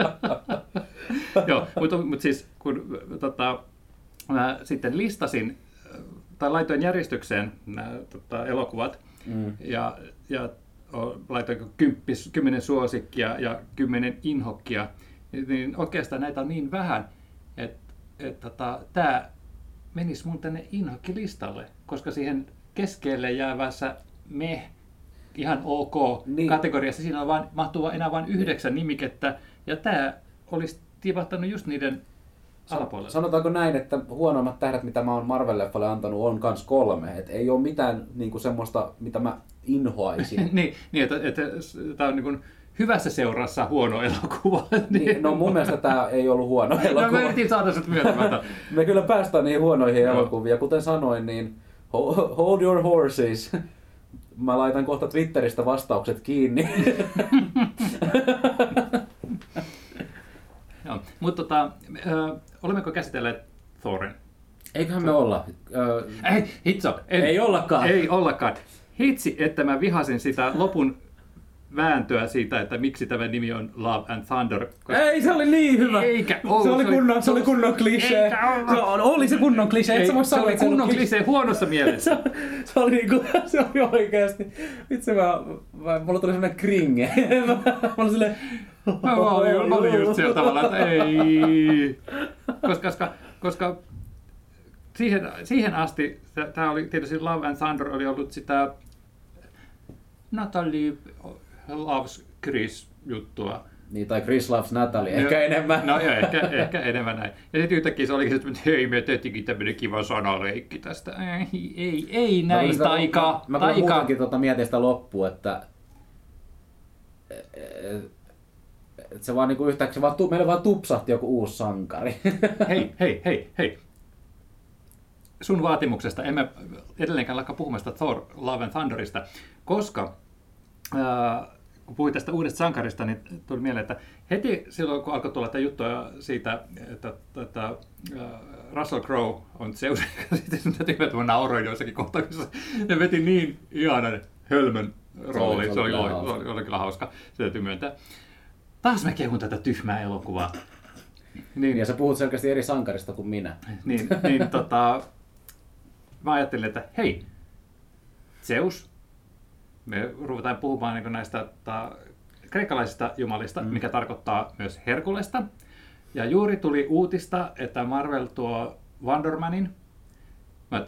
Speaker 3: Joo, mutta mut siis kun tota, mä sitten listasin tai laitoin järjestykseen nämä tota, elokuvat mm. ja, ja laitoin kymppis, kymmenen suosikkia ja kymmenen inhokkia, niin oikeastaan näitä on niin vähän, että et, tota, tämä menisi mun tänne inhokkilistalle, koska siihen keskelle jäävässä me ihan ok niin. kategoriassa siinä on vaan, mahtuu enää vain yhdeksän nimikettä, ja tämä olisi tipahtanut just niiden alapuolelle.
Speaker 2: Sanotaanko näin, että huonoimmat tähdet, mitä mä oon Marvel-leffalle antanut, on kans kolme. Et ei ole mitään niinku semmoista, mitä mä inhoaisin.
Speaker 3: niin, niin, että, että tämä on niin hyvässä seurassa huono elokuva.
Speaker 2: niin, no mun mielestä tämä ei ollut huono elokuva.
Speaker 3: No me yritin saada sen myötämätä.
Speaker 2: me kyllä päästään niihin huonoihin no. elokuviin. Ja kuten sanoin, niin hold your horses. Mä laitan kohta Twitteristä vastaukset kiinni.
Speaker 3: Joo, mutta tota, ö, olemmeko käsitelleet Thorin?
Speaker 2: Eiköhän me olla. Ö...
Speaker 3: Ei, hitso. En,
Speaker 2: ei ollakaan.
Speaker 3: Ei ollakaan. Hitsi, että mä vihasin sitä lopun vääntöä siitä, että miksi tämä nimi on Love and Thunder.
Speaker 2: Koska... Ei, se oli niin hyvä.
Speaker 3: Eikä ollut.
Speaker 2: Se oli kunnon, se oli kunnon klisee. Se oli se kunnon klisee.
Speaker 3: Ei,
Speaker 2: se
Speaker 3: se oli kunnon klisee huonossa mielessä.
Speaker 2: se, se, oli niinku, se oli oikeasti. Vitsi, mä, mä, mulla tuli semmoinen kringe. mä, mä olin silleen...
Speaker 3: Mä olin, mä olin just sillä tavalla, että ei. Koska, koska, koska siihen, siihen asti, tämä oli tietysti Love and Thunder oli ollut sitä Natalie loves Chris juttua.
Speaker 2: Niin, tai Chris loves Natalie, ehkä
Speaker 3: no,
Speaker 2: enemmän.
Speaker 3: No joo, ehkä, ehkä enemmän näin. Ja sitten yhtäkkiä se olikin, että hei, me tehtiinkin tämmöinen kiva sanaleikki tästä. Ei, ei, ei näin,
Speaker 2: mä
Speaker 3: taika.
Speaker 2: Mä kyllä muutenkin tuota mietin sitä loppuun, että että se vaan niinku yhtäkkiä, vaan, meille vaan tupsahti joku uusi sankari.
Speaker 3: hei, hei, hei, hei. sun vaatimuksesta emme edelleenkään lakkaa puhumasta Thor Love and Thunderista, koska ää, kun puhuin tästä uudesta sankarista, niin tuli mieleen, että heti silloin, kun alkoi tulla tämä juttuja siitä, että, että äh, Russell Crowe on Zeus, ja sitten täytyy että mä nauroin joissakin kohtauksissa, ne veti niin ihanan hölmön rooli, se, se, oli, se, oli, se oli, oli kyllä hauska, se täytyy myöntää. Taas mä kehun tätä tyhmää elokuvaa.
Speaker 2: Niin, ja sä puhut selkeästi eri sankarista kuin minä.
Speaker 3: Niin, niin tota, mä ajattelin, että hei, Zeus, me ruvetaan puhumaan niin näistä ta, kreikkalaisista jumalista, mm. mikä tarkoittaa myös Herkulesta. Ja juuri tuli uutista, että Marvel tuo Wonder Manin. Mä,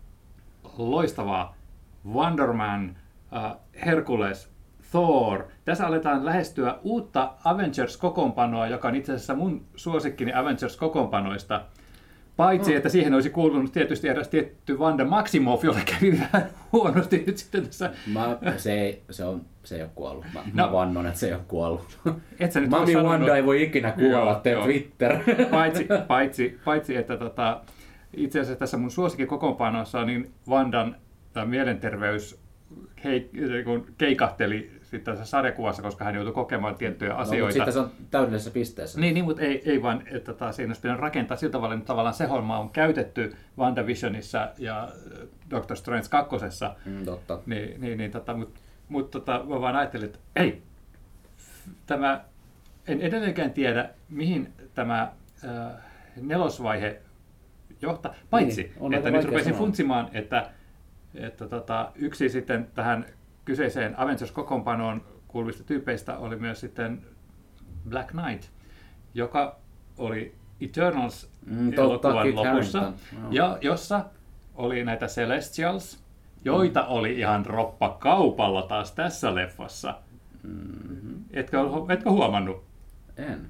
Speaker 3: loistavaa. Wonder Man, äh, Herkules, Thor. Tässä aletaan lähestyä uutta Avengers-kokoonpanoa, joka on itse asiassa mun suosikkini Avengers-kokoonpanoista. Paitsi, että siihen olisi kuulunut tietysti eräs tietty Wanda Maximoff, jolle kävi vähän huonosti nyt sitten tässä.
Speaker 2: Mä, se, ei, se, on, se ei ole kuollut. Mä, no, mä vannon, että se ei ole kuollut.
Speaker 3: Et sä nyt
Speaker 2: Mami Wanda ei voi ikinä kuolla, tee Twitter.
Speaker 3: Paitsi, paitsi, paitsi että tota, itse asiassa tässä mun suosikin kokoonpanossa niin Wandan mielenterveys hei, keikahteli sitten tässä sarjakuvassa, koska hän joutui kokemaan tiettyjä asioita.
Speaker 2: No, sitten se on täydellisessä pisteessä.
Speaker 3: Niin, niin mutta ei, ei vaan, että taas siinä olisi pitänyt rakentaa sillä tavalla, että tavallaan se homma on käytetty WandaVisionissa ja Doctor Strange kakkosessa.
Speaker 2: Mm, totta.
Speaker 3: Niin, niin, niin tota, mutta mut, tota, mä vaan ajattelin, että ei, tämä, en edelleenkään tiedä, mihin tämä äh, nelosvaihe johtaa, paitsi, niin, että nyt rupesin sanoa. funtsimaan, että että tota, yksi sitten tähän kyseiseen Avengers-kokoonpanoon kuuluvista tyypeistä oli myös sitten Black Knight, joka oli Eternals-elokuvan mm, lopussa, no. ja jossa oli näitä Celestials, joita mm. oli ihan roppa kaupalla taas tässä leffassa. Mm-hmm. Etkö, etkö huomannut?
Speaker 2: En.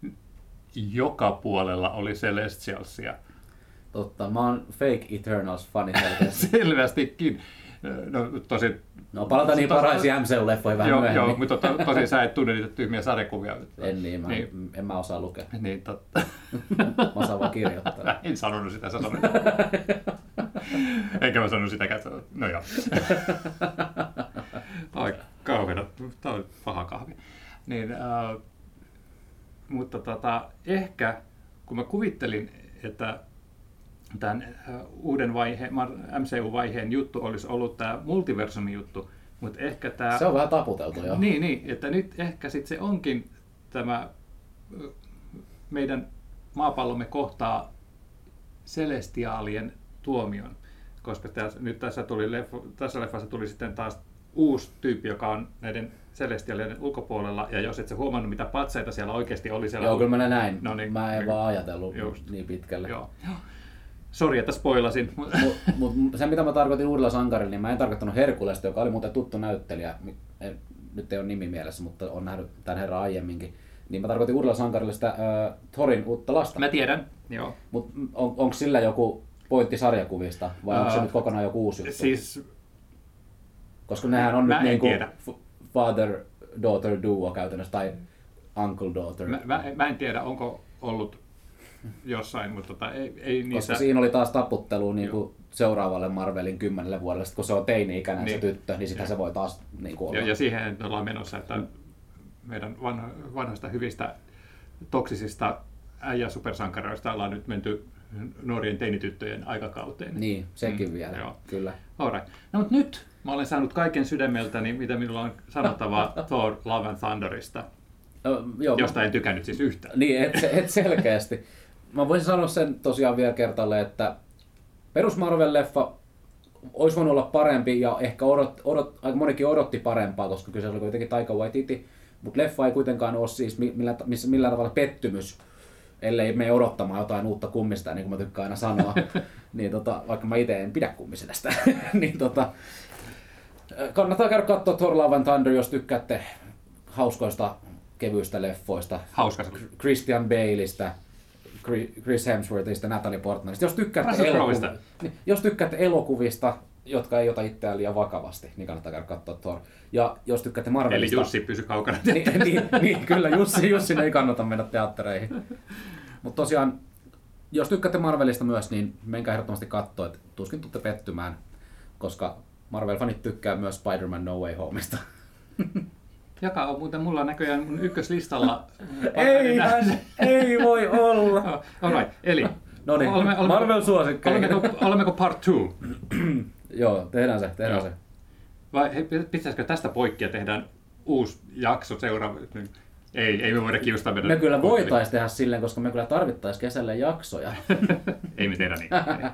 Speaker 3: Joka puolella oli Celestialsia.
Speaker 2: Totta, mä oon fake Eternals-fani selkeästi.
Speaker 3: Selvästikin. No, tosi,
Speaker 2: no palataan niin parhaisiin M C U-leffoihin vähän
Speaker 3: joo,
Speaker 2: myöhemmin.
Speaker 3: Joo, mutta to, tosi sä et tunne niitä tyhmiä sarjakuvia.
Speaker 2: En niin, mä, niin. en mä osaa lukea.
Speaker 3: Niin, totta.
Speaker 2: Mä osaan vaan kirjoittaa.
Speaker 3: En sanonut sitä, sä sanoit. Enkä mä sanonut sitäkään. No joo. Ai kauheena, tää on paha kahvi. Niin, äh, mutta tota, ehkä kun mä kuvittelin, että tämän uuden vaiheen, M C U-vaiheen juttu olisi ollut tämä multiversumin juttu, mutta ehkä tämä...
Speaker 2: Se on vähän taputeltu jo.
Speaker 3: Niin, niin, että nyt ehkä sitten se onkin tämä meidän maapallomme kohtaa celestiaalien tuomion, koska tässä, nyt tässä, tuli leffa, tässä leffassa tuli sitten taas uusi tyyppi, joka on näiden celestiaalien ulkopuolella, ja jos et sä huomannut, mitä patsaita siellä oikeasti oli siellä...
Speaker 2: Joo, kyllä mä näin.
Speaker 3: No niin,
Speaker 2: mä en
Speaker 3: niin,
Speaker 2: vaan ajatellut
Speaker 3: just
Speaker 2: niin pitkälle.
Speaker 3: Joo. Sori, että spoilasin.
Speaker 2: Mutta mut, se, mitä mä tarkoitin uudella sankarilla, niin mä en tarkoittanut Herkulesta, joka oli muuten tuttu näyttelijä. En, nyt ei ole nimi mielessä, mutta on nähnyt tämän herran aiemminkin. Niin mä tarkoitin uudella sankarilla sitä äh, Thorin uutta lasta.
Speaker 3: Mä tiedän, joo.
Speaker 2: Mutta on, onko sillä joku pointti sarjakuvista, vai uh, onko se nyt kokonaan joku uusi juttu?
Speaker 3: Siis...
Speaker 2: Koska nehän on
Speaker 3: mä
Speaker 2: nyt niinku
Speaker 3: tiedä.
Speaker 2: father-daughter duo käytännössä, tai uncle-daughter.
Speaker 3: Mä, mä, mä en tiedä, onko ollut jossain, mutta tota, ei, ei niissä...
Speaker 2: Koska siinä oli taas taputtelu niin kuin seuraavalle Marvelin kymmenelle vuodelle, kun se on teini-ikäinen niin. Se tyttö, niin sitten se voi taas niin kuin olla.
Speaker 3: Ja, ja siihen ollaan menossa, että meidän vanho, vanhoista hyvistä toksisista äijä-supersankaroista ollaan nyt menty nuorien teinityttöjen aikakauteen.
Speaker 2: Niin, sekin mm, vielä, joo. Kyllä.
Speaker 3: Alright. No mutta nyt mä olen saanut kaiken sydämeltäni, mitä minulla on sanottavaa Thor Love and Thunderista. No, joo, josta en tykännyt siis yhtään.
Speaker 2: Niin, et, et selkeästi. Mä voisin sanoa sen tosiaan vielä kertalle, että perus Marvel-leffa olisi voinut olla parempi ja ehkä odot, odot, aika monikin odotti parempaa, koska kyseessä oli kuitenkin Taika Waititi, mutta leffa ei kuitenkaan ole siis millä, missä, millään tavalla pettymys, ellei mene odottamaan jotain uutta kummista, niin kuin mä tykkään aina sanoa, niin tota, vaikka mä itse en pidä kummisesta, niin tota, kannattaa käydä katsoa Thor Love and Thunder, jos tykkäätte hauskoista kevyistä leffoista.
Speaker 3: Hauskasta.
Speaker 2: Christian Baleista, Chris Hemsworthista, Natalie Portmanista. Jos tykkäätte, elokuv... jos tykkäätte elokuvista, jotka ei ota itseään liian vakavasti, niin kannattaa käydä katsoa Thor. Ja jos tykkäätte Marvelista...
Speaker 3: Eli Jussi pysy kaukana.
Speaker 2: niin, niin, niin, kyllä, Jussi, Jussin ei kannata mennä teattereihin. Mutta tosiaan jos tykkäätte Marvelista myös, niin menkää ehdottomasti katsoa, että tuskin tuutte pettymään, koska Marvel-fanit tykkää myös Spider-Man No Way Homeista.
Speaker 3: Joka on muuten mulla näköjään mun ykköslistalla.
Speaker 2: ei, ei voi olla.
Speaker 3: All right, eli
Speaker 2: no niin, Marvel-suosikkeja.
Speaker 3: Olemmeko, olemmeko part two?
Speaker 2: Joo, tehdään se, tehdään
Speaker 3: Joo.
Speaker 2: se.
Speaker 3: Vai hei, pitäisikö tästä poikkia tehdään uusi jakso seuraava? Ei, ei me voida kiustaa meidän...
Speaker 2: Me kyllä voitaisiin tehdä silleen, koska me kyllä tarvittaisiin kesälle jaksoja.
Speaker 3: Ei me tehdä niin.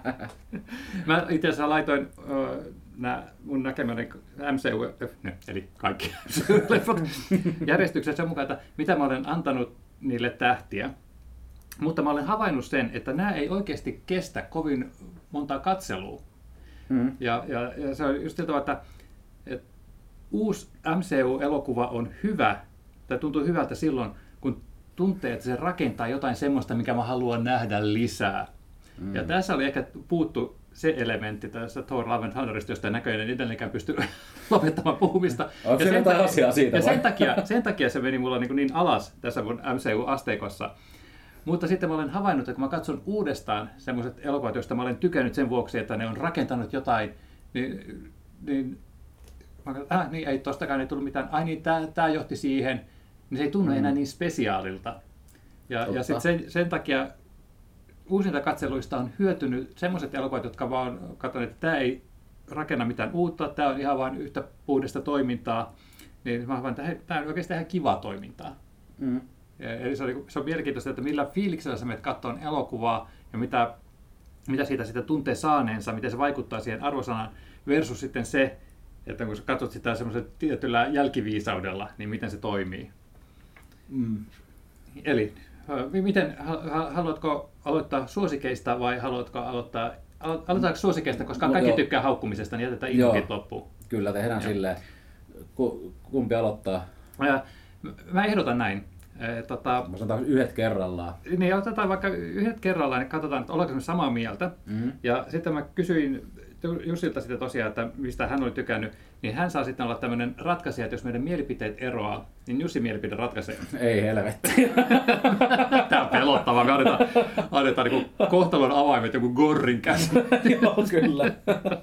Speaker 3: Mä itse asiassa laitoin uh, nää mun näkemäni M C U, eli kaikki leffat järjestyksessä sen mukaan, että mitä mä olen antanut niille tähtiä. Mutta mä olen havainnut sen, että nämä ei oikeasti kestä kovin montaa katselua. Mm. Ja, ja, ja se on just sillä tavalla, että, että uusi M C U-elokuva on hyvä, tai tuntuu hyvältä silloin, kun tuntee, että se rakentaa jotain semmoista, mikä mä haluan nähdä lisää. Mm. Ja tässä oli ehkä puuttu se elementti tässä Thor Love and Thunderista, josta näköjään edelleenkään pysty lopettamaan puhumista.
Speaker 2: Onko se jotain asiaa siitä?
Speaker 3: Ja sen takia, sen takia se meni mulla niin, niin alas tässä mun M C U-asteikossa. Mutta sitten mä olen havainnut, että kun mä katson uudestaan semmoiset elokuvat, joista mä olen tykännyt sen vuoksi, että ne on rakentanut jotain, niin, niin mä katson, äh, niin ei tostakaan ei tullut mitään, ai niin, tää, tää johti siihen, niin se ei tunnu mm. enää niin spesiaalilta. Ja, ja sitten sen, sen takia uusinta katseluista on hyötynyt semmoiset elokuvat, jotka vaan katson, että tämä ei rakenna mitään uutta, tämä on ihan vain yhtä puhdasta toimintaa, niin mä havain, että tämä on oikeasti ihan kivaa toimintaa. Mm. Eli se on, se on mielenkiintoista, että millä fiiliksellä sä menet katsomaan elokuvaa ja mitä, mitä siitä sitä tuntee saaneensa, miten se vaikuttaa siihen arvosanaan versus sitten se, että kun sä katsot sitä semmoisella tietyllä jälkiviisaudella, niin miten se toimii. Mm. Eli miten, haluatko aloittaa suosikeista vai haluatko aloittaa, aloitetaanko suosikeista, koska kaikki no, tykkää haukkumisesta, niin jätetään inhokit loppuun.
Speaker 2: Kyllä, tehdään joo. Silleen. Kumpi aloittaa?
Speaker 3: Ja, mä ehdotan näin. Tota,
Speaker 2: mä sanotaan yhdet kerrallaan.
Speaker 3: Niin, otetaan vaikka yhdet kerrallaan, niin katsotaan, että ollaanko me samaa mieltä. Mm-hmm. Ja sitten mä kysyin Jussilta sitten tosiaan, että mistä hän oli tykännyt, niin hän saa sitten olla tämmöinen ratkaisija, että jos meidän mielipiteet eroaa, niin Jussin mielipide ratkaisee.
Speaker 2: Ei helvetti.
Speaker 3: Tämä on pelottavaa. Me annetaan, annetaan niin kohtalon avaimet joku Gorrin käsi.
Speaker 2: Joo, kyllä.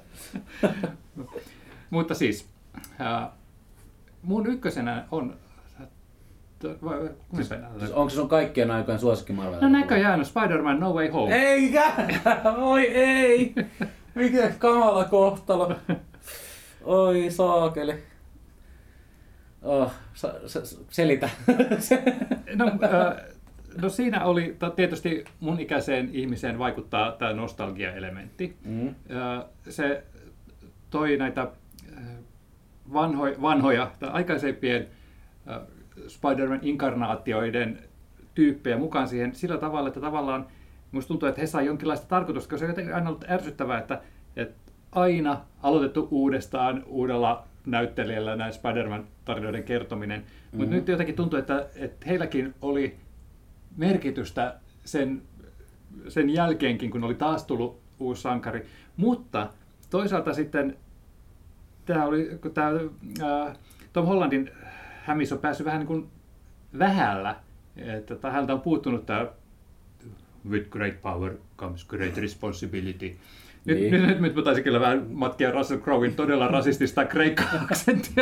Speaker 3: Mutta siis, äh, mun ykkösenä on...
Speaker 2: Siis, siis onko se sun kaikkien aikojen suosikki Marvel?
Speaker 3: No näköjään, Spider-Man No Way Home.
Speaker 2: Eikä! Oi ei! Mikä kamala kohtalo. Oi saakeli. Oh, sa, sa, selitä.
Speaker 3: no, äh, no siinä oli tietysti mun ikäiseen ihmiseen vaikuttaa tämä nostalgia-elementti. Mm. Äh, se toi näitä vanhoja, vanhoja tai aikaisempien äh, Spider-Man-inkarnaatioiden tyyppejä mukaan siihen sillä tavalla, että tavallaan musta tuntuu, että he saa jonkinlaista tarkoitusta, koska se on aina ollut ärsyttävää, että, että aina aloitettu uudestaan uudella näyttelijällä näin Spider-Man-tarinoiden kertominen, mm-hmm. mutta nyt jotenkin tuntuu, että, että heilläkin oli merkitystä sen, sen jälkeenkin, kun oli taas tullut uusi sankari, mutta toisaalta sitten tämä oli, kun tämä äh, Tom Hollandin hämis on päässyt vähän niin kuin vähällä, että häneltä on puuttunut tämä with great power comes great responsibility. Nyt, niin. nyt, nyt, nyt mä taisin kyllä vähän matkia Russell Crowin todella rasistista kreikka-aksentia.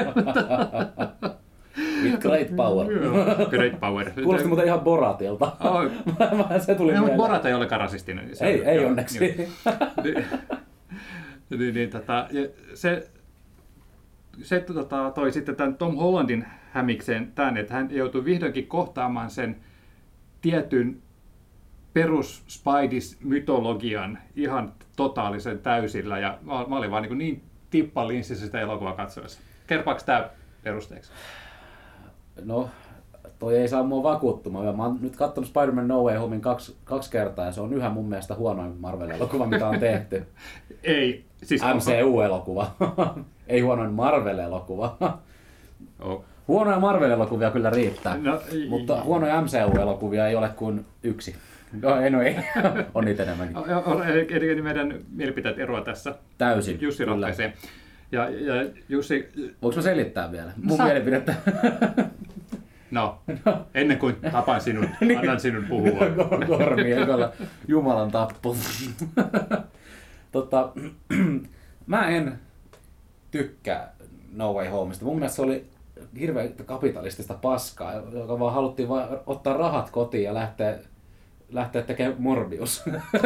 Speaker 2: With great power.
Speaker 3: Great power.
Speaker 2: Kuulosti muuten ihan Boratilta. Oh. Se tuli
Speaker 3: no,
Speaker 2: mieleen.
Speaker 3: Borat ei olekaan rasistinen.
Speaker 2: Se ei, on, ei joo, onneksi.
Speaker 3: Niin, niin, niin, tota, se se tota, toi sitten tämän Tom Hollandin hämikseen tämän, että hän joutui vihdoinkin kohtaamaan sen tietyn perus Spideys-mytologian ihan totaalisen täysillä, ja mä, mä olin vaan niin, niin tippalinssissä sitä elokuvaa katsoessa. Kerpaako tämä perusteeksi?
Speaker 2: No, toi ei saa mua vakuuttumaan. Mä oon nyt katsonut Spider-Man No Way Homein kaksi, kaksi kertaa, ja se on yhä mun mielestä huonoin Marvel-elokuva, mitä on tehty.
Speaker 3: Ei, siis
Speaker 2: M C U-elokuva. Ei huonoin Marvel-elokuva.
Speaker 3: Oh.
Speaker 2: Huonoja Marvel-elokuvia kyllä riittää,
Speaker 3: no,
Speaker 2: mutta huonoja M C U-elokuvia ei ole kuin yksi. No ei, no ei. On niitä enemmänkin.
Speaker 3: Eli meidän mielipiteet eroa tässä.
Speaker 2: Täysin.
Speaker 3: Jussi ratkaisee. Ja, ja Jussi...
Speaker 2: Voinko mä selittää vielä mun Sä... mielipidettä?
Speaker 3: No, ennen kuin tapan sinun, annan sinun puhua.
Speaker 2: Kormi ekolla. Jumalan tappo. tota, mä en tykkää No Way Homeista. Mun mielestä se oli hirveän kapitalistista paskaa, joka vaan haluttiin vaan ottaa rahat kotiin ja lähteä, lähteä tekemään Morbius.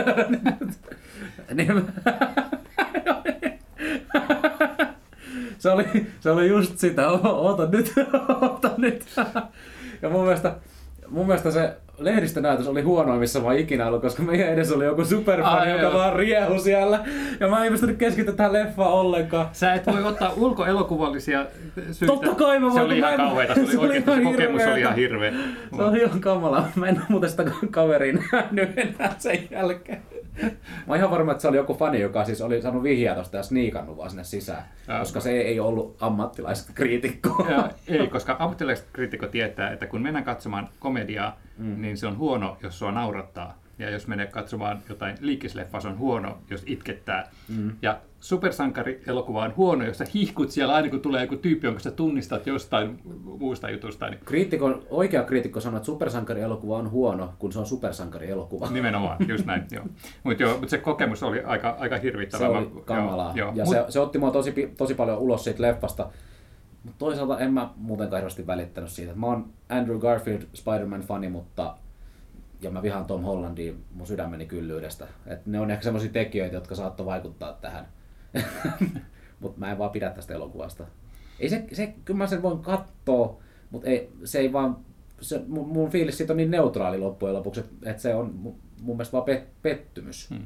Speaker 2: se, oli, se oli just sitä, oota nyt, oota nyt. Ja mun mielestä, mun mielestä se lehdistönäytös oli huonoin, missä mä oon ikinä ollut, koska meidän edessä oli joku superfani, joka joo. vaan riehu siellä. Ja mä en pystynyt keskittyä tähän leffaan ollenkaan.
Speaker 3: Sä et voi ottaa ulkoelokuvallisia syitä.
Speaker 2: Totta kai mä voin.
Speaker 3: Se oli ihan kauheeta. Se, se oli oikein, se kokemus oli ihan hirveä.
Speaker 2: Se oli ihan kamala. Mä en muuten sitä kaveriin nähnyt enää sen jälkeen. Mä oon ihan varma, että se oli joku fani, joka siis oli saanut vihjaa tosta ja sniikannut vaan sinne sisään. Ja, koska se ei ollut ammattilaista kriitikkoa.
Speaker 3: Ja, ei, koska ammattilaiset kriitikko tietää, että kun mennään katsomaan komediaa, mm. niin se on huono, jos sua naurattaa. Ja jos menee katsomaan jotain liikkisleffaa, se on huono, jos itkettää. Mm. Ja supersankarielokuva on huono, jos sä hihkut siellä aina, kun tulee joku tyyppi, jonka sä tunnistat jostain muusta jutusta. Niin...
Speaker 2: Kriitikon, oikea kriitikko sanoo, että supersankarielokuva on huono, kun se on supersankarielokuva.
Speaker 3: Nimenomaan, just näin. Mutta mut se kokemus oli aika, aika hirvittävä.
Speaker 2: Se oli kamalaa. Joo, joo. Ja Mut... se, se otti mua tosi, tosi paljon ulos siitä leffasta. Mutta toisaalta en mä muutenkaan hirveästi välittänyt siitä. Mä oon Andrew Garfield Spider-Man-fani, mutta ja mä vihaan Tom Hollandia mun sydämeni kyllyydestä. Et ne on ehkä semmosia tekijöitä, jotka saattoi vaikuttaa tähän. Mutta mä en vaan pidä tästä elokuvasta. Ei se, se, kyllä mä sen voin katsoa, mutta ei, se ei vaan, se, mun, mun fiilis siitä on niin neutraali loppujen lopuksi, että et se on mun, mun mielestä vaan pet, pettymys. Hmm.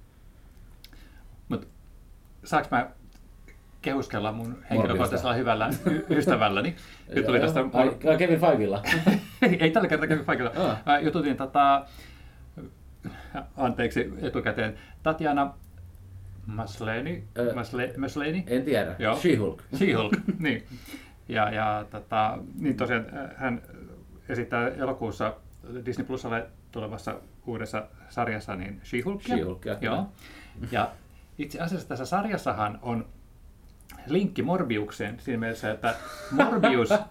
Speaker 3: Mut saaks mä kehuskella mun henkilökohtaisella hyvällä y- ystävälläni? Tuli tästä...
Speaker 2: Ai, Kevin Feigella?
Speaker 3: Ei tällä kertaa Kevin Feigella. Ah. Mä jututin tota, anteeksi etukäteen, Tatjana Maslany, uh, Masle, Maslany?
Speaker 2: En tiedä. She-Hulk.
Speaker 3: She-Hulk, niin. Ja, ja tota, niin tosiaan hän esittää elokuussa Disney Plusalle tulevassa uudessa sarjassa niin She-Hulkia.
Speaker 2: She-Hulkia,
Speaker 3: joo. Ja itse asiassa tässä sarjassahan on linkki Morbiukseen siinä mielessä, että Morbius äh,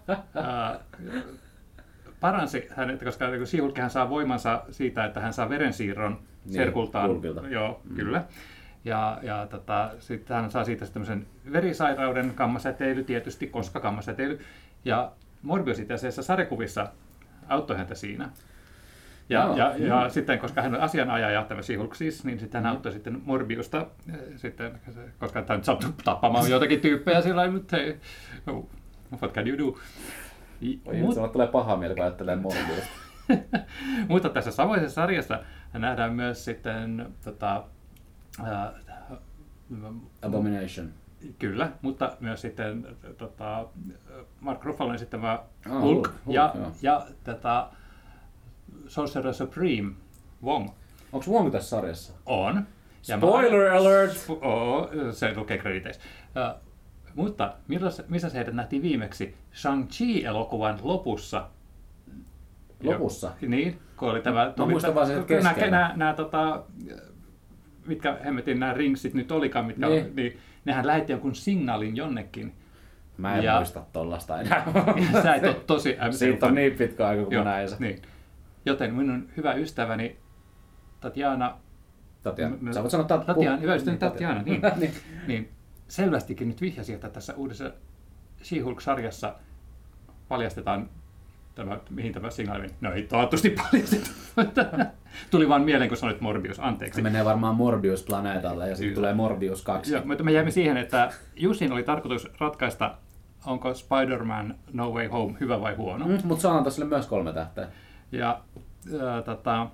Speaker 3: paransi hänet, koska She-Hulkkihan saa voimansa siitä, että hän saa verensiirron niin, serkultaan.
Speaker 2: Kulkilta.
Speaker 3: Joo, mm. kyllä. Ja, ja tota, sitten hän saa siitä tämmöisen verisairauden, kammasäteily tietysti, koska kammasäteily. Ja Morbius itse asiassa sarjakuvissa auttoi häntä siinä. Ja, no, ja, ja sitten, koska hän on asianajaja, tämä She-Hulk siis, niin sitten hän auttoi sitten Morbiusta, sitten, koska hän nyt sattui tappamaan jotakin tyyppejä sillä mutta hei, no, what can you do?
Speaker 2: Oi, Mut... se tulee paha mieli, kun ajattelee Morbiusta.
Speaker 3: Mutta tässä samaisessa sarjassa nähdään myös sitten tota, Uh,
Speaker 2: Abomination.
Speaker 3: Kyllä, mutta myös sitten tota, Mark Ruffalon esittämä
Speaker 2: ah,
Speaker 3: Hulk,
Speaker 2: Hulk
Speaker 3: ja, ja tätä Sorcerer Supreme Wong.
Speaker 2: Onko Wong tässä sarjassa?
Speaker 3: On.
Speaker 2: Ja spoiler mä, alert!
Speaker 3: Sp- oh, se lukee krediteissä. Uh, mutta milloin, missä se heidät nähtiin viimeksi? Shang-Chi-elokuvan lopussa.
Speaker 2: Lopussa?
Speaker 3: Jo, niin, kun oli tämä...
Speaker 2: Mä muistan vaan sen keskellä.
Speaker 3: Nämä, nämä tota, mitkä hemmetin nämä ringsit nyt olikaan, mitkä niin. On, niin nehän lähetti jonkun signaalin jonnekin.
Speaker 2: Mä en ja, muista tollasta enää.
Speaker 3: Sä et ole tosi M C U.
Speaker 2: Siitä on niin pitkä aika, kun
Speaker 3: Joo,
Speaker 2: mä näin sen.
Speaker 3: Niin. Joten minun hyvä ystäväni Tatjana...
Speaker 2: Tatjana.
Speaker 3: M-
Speaker 2: Sä voit sanoa Tatjana.
Speaker 3: Tatjana, hyvä ystäväni Tatjana, niin. niin. niin. Selvästikin nyt vihjasi, että tässä uudessa She-Hulk-sarjassa paljastetaan tämä, mihin tämä signaali meni. No ei toivottavasti paljasteta. Tuli vaan mieleen, kun sanoit Morbius, anteeksi.
Speaker 2: Se menee varmaan Morbius-planeetalle ja sitten tulee Morbius kaksi.
Speaker 3: Joo, mutta me jäimme siihen, että Jussin oli tarkoitus ratkaista, onko Spider-Man No Way Home hyvä vai huono.
Speaker 2: Mm, mutta saadaan sille myös kolme tähteä.
Speaker 3: Ja äh, tota,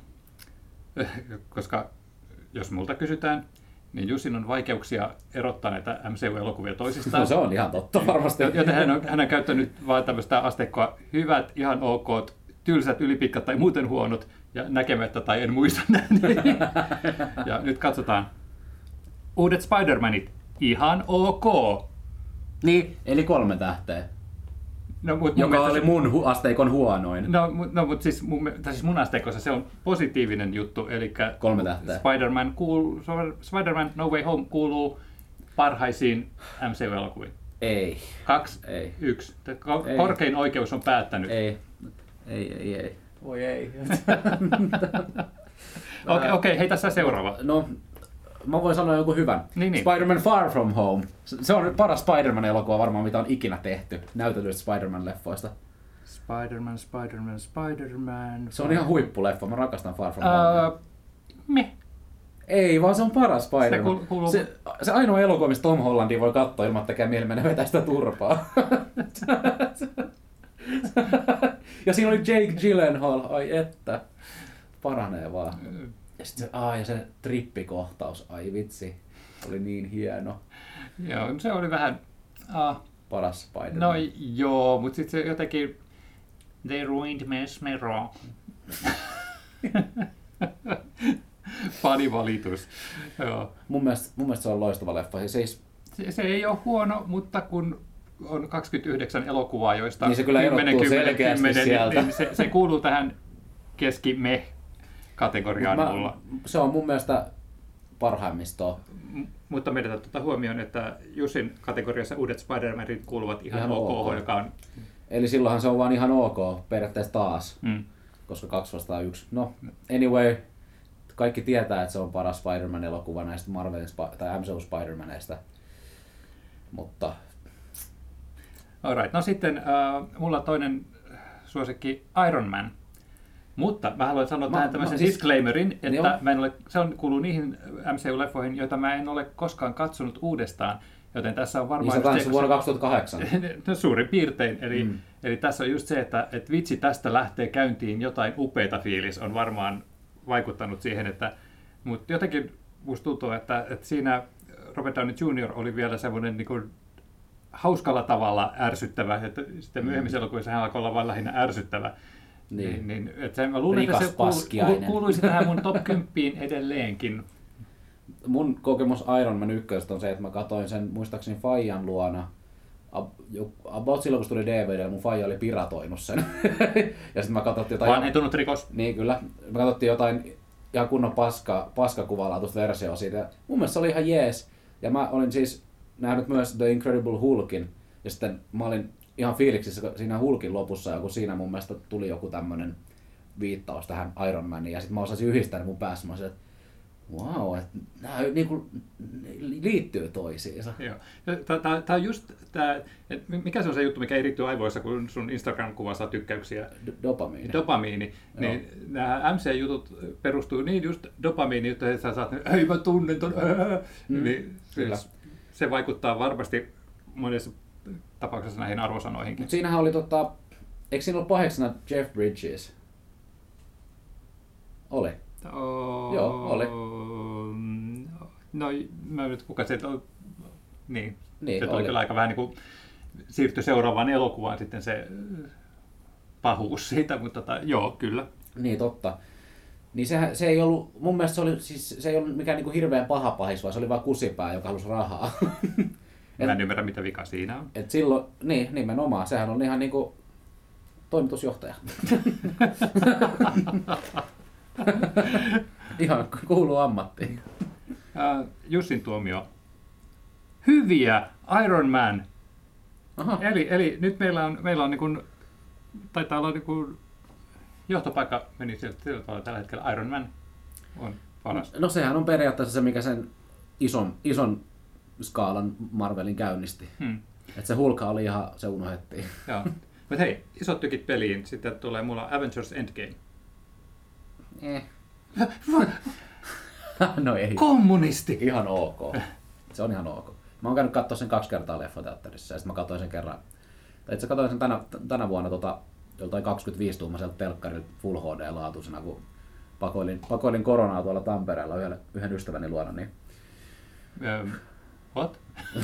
Speaker 3: koska jos multa kysytään, niin Jussin on vaikeuksia erottaa näitä M C U-elokuvia toisistaan.
Speaker 2: No se on ihan totta varmasti.
Speaker 3: Joten hän on, hän on käyttänyt vain tämmöistä asteikkoa hyvät, ihan ok, tylsät, ylipitkät tai muuten huonot ja näkemättä tai en muista näin. Ja nyt katsotaan. Uudet Spider-Manit, ihan ok.
Speaker 2: Niin, eli kolme tähteä.
Speaker 3: No, mut
Speaker 2: joka
Speaker 3: mun
Speaker 2: oli mun hu- asteikon huonoin.
Speaker 3: No, no mutta siis mun, siis mun asteikossa se on positiivinen juttu, eli
Speaker 2: kolme tähteä.
Speaker 3: Spider-Man, kuuluu, Spider-Man No Way Home kuuluu parhaisiin M C U-elokuviin.
Speaker 2: Ei.
Speaker 3: Kaksi,
Speaker 2: Ei.
Speaker 3: yksi.
Speaker 2: Ei.
Speaker 3: Korkein oikeus on päättänyt.
Speaker 2: Ei. Ei, ei, ei. Voi ei.
Speaker 3: Okei, okay, hei tässä seuraava.
Speaker 2: No, mä voin sanoa jonkun hyvän.
Speaker 3: Niin, niin.
Speaker 2: Spider-Man Far From Home. Se on paras Spider-Man-elokuva varmaan, mitä on ikinä tehty näytetyistä Spider-Man-leffoista.
Speaker 3: Spider-Man, Spider-Man, Spider-Man.
Speaker 2: Se on ihan huippuleffa, mä rakastan Far From Home.
Speaker 3: Uh, me.
Speaker 2: Ei, vaan se on paras Spider-Man.
Speaker 3: Se, kuuluu...
Speaker 2: se, se ainoa elokuva, missä Tom Hollandia voi katsoa ilman, että tekee mieli mennä vetää sitä turpaa. Ja siinä oli Jake Gyllenhaal, ai että. Paranee vaan. Ja sitten se, aa, ja se trippikohtaus, ai vitsi, oli niin hieno.
Speaker 3: Joo, se oli vähän... Uh,
Speaker 2: Paras Spider-Man.
Speaker 3: No joo, mutta sitten se jotenkin... They ruined Mesmero. Fanivalitus. Joo.
Speaker 2: Mun mielestä, mun mielestä se on loistava leffa. Siis...
Speaker 3: Se, se ei ole huono, mutta kun on kaksikymmentäyhdeksän elokuvaa, joista
Speaker 2: niin se kyllä erottuu selkeästi
Speaker 3: kymmenen,
Speaker 2: sieltä.
Speaker 3: Niin se, se kuuluu tähän keski-me-kategoriaan
Speaker 2: mä,
Speaker 3: mulla.
Speaker 2: Se on mun mielestä parhaimmistoa.
Speaker 3: M- mutta meidän ottaa huomioon, että Jussin kategoriassa uudet Spider-Manit kuuluvat ihan, ihan ok, ok, joka on...
Speaker 2: Eli silloinhan se on vaan ihan ok, periaatteessa taas, mm. koska kaksi vastaan yksi. No, anyway, kaikki tietää, että se on paras Spider-Man-elokuva näistä Marvelin tai M C U Spider-Maneista, mutta...
Speaker 3: Alright, no sitten äh, mulla on toinen suosikki Iron Man. Mutta mä haluan sanoa mä, tähän tämmöisen siis, disclaimerin, että joo. mä en ole, se on, kuuluu niihin M C U-leffoihin, joita mä en ole koskaan katsonut uudestaan. Joten tässä on varmaan...
Speaker 2: Niin se tanssi vuonna kaksituhattakahdeksan.
Speaker 3: No, suurin piirtein. Eli, mm. eli tässä on just se, että, että vitsi tästä lähtee käyntiin jotain upeita fiilis on varmaan vaikuttanut siihen, että... Mutta jotenkin musta tuntuu, että, että siinä Robert Downey juniori oli vielä semmoinen niin kuin hauskalla tavalla ärsyttävä, että sitten myöhemmin mm. elokuvissa hän alkoi olla vain lähinnä ärsyttävä. Niin. Niin, että mä luulen,
Speaker 2: Rikas
Speaker 3: että se kuulu, kuuluisi tähän mun top kymmenen edelleenkin.
Speaker 2: Mun kokemus Iron Man ykköstä on se, että mä katsoin sen muistaakseni Fajan luona. About silloin, kun tuli D V D, mun faija oli piratoinut sen. Ja sitten mä katsottiin jotain...
Speaker 3: Vanhentunut rikos.
Speaker 2: Niin, kyllä. Me katsottiin jotain ihan kunnon paska, paskakuvalaatuista versioa siitä. Ja mun mielestä se oli ihan jees. Ja mä olin siis nähnyt myös The Incredible Hulkin. Ja sitten mä olin ihan fiiliksissä siinä Hulkin lopussa, ja kun siinä mun mielestä tuli joku tämmönen viittaus tähän Iron Maniin. Ja sitten mä osasin yhdistää ne mun päässä. Mä olisin, että wow, että nämä niinku liittyy toisiinsa.
Speaker 3: Joo. Tämä on just tämä, mikä se on se juttu, mikä erittyy aivoissa, kun sun Instagram-kuva saa tykkäyksiä?
Speaker 2: Dopamiini.
Speaker 3: Dopamiini. Niin nämä M C-jutut perustuu niin just dopamiini, että sä saat, ei mä tunnen ton, mm, niin se, se vaikuttaa varmasti monessa tapauksessa näihin arvosanoihinkin.
Speaker 2: Mut siinähän oli, tota, eikö siinä ollut paheksena Jeff Bridges? Oli.
Speaker 3: Oh,
Speaker 2: Joo, oli.
Speaker 3: No, mä nyt kuka se on, niin,
Speaker 2: niin
Speaker 3: se tuli kyllä aika vähän niin kuin siirtyi seuraavaan elokuvaan sitten se pahuus siitä, mutta tota, joo, kyllä.
Speaker 2: Niin, totta. Niin se, se ei ollut, mun mielestä se, oli, siis, se ei ollut mikään niin kuin hirveän paha pahis, vaan se oli vaan kusipää, joka halusi rahaa.
Speaker 3: Et, mä en ymmärrä, mitä vika siinä on.
Speaker 2: Et silloin, niin, nimenomaan, sehän on ihan niin kuin toimitusjohtaja. Ihan kuuluu ammattiin.
Speaker 3: Uh, Jussin tuomio. Hyviä Iron Man.
Speaker 2: Aha.
Speaker 3: Eli, eli nyt meillä on, meillä on niin kuin, taitaa olla niin kuin, johtopaikka meni sieltä, sieltä tavalla tällä hetkellä Iron Man on paras.
Speaker 2: No sehän on periaatteessa se, mikä sen ison, ison skaalan Marvelin käynnisti. Hmm. Että se Hulk oli ihan, se unohdettiin.
Speaker 3: Joo. Mutta hei, isot tykit peliin. Sitten tulee mulla Avengers Endgame.
Speaker 2: Eh. No ei.
Speaker 3: Kommunisti!
Speaker 2: Ihan ok. Se on ihan ok. Mä oon käynyt katsoa sen kaksi kertaa leffateatterissa ja sitten mä katsoin sen kerran. Tai itse katsoin sen tänä, tänä vuonna tota, joltain kaksikymmentäviisi-tuumaiselta telkkarilta Full H D-laatuisena, kun pakoilin, pakoilin koronaa tuolla Tampereella yhden, yhden ystäväni luona. Niin...
Speaker 3: Um, what?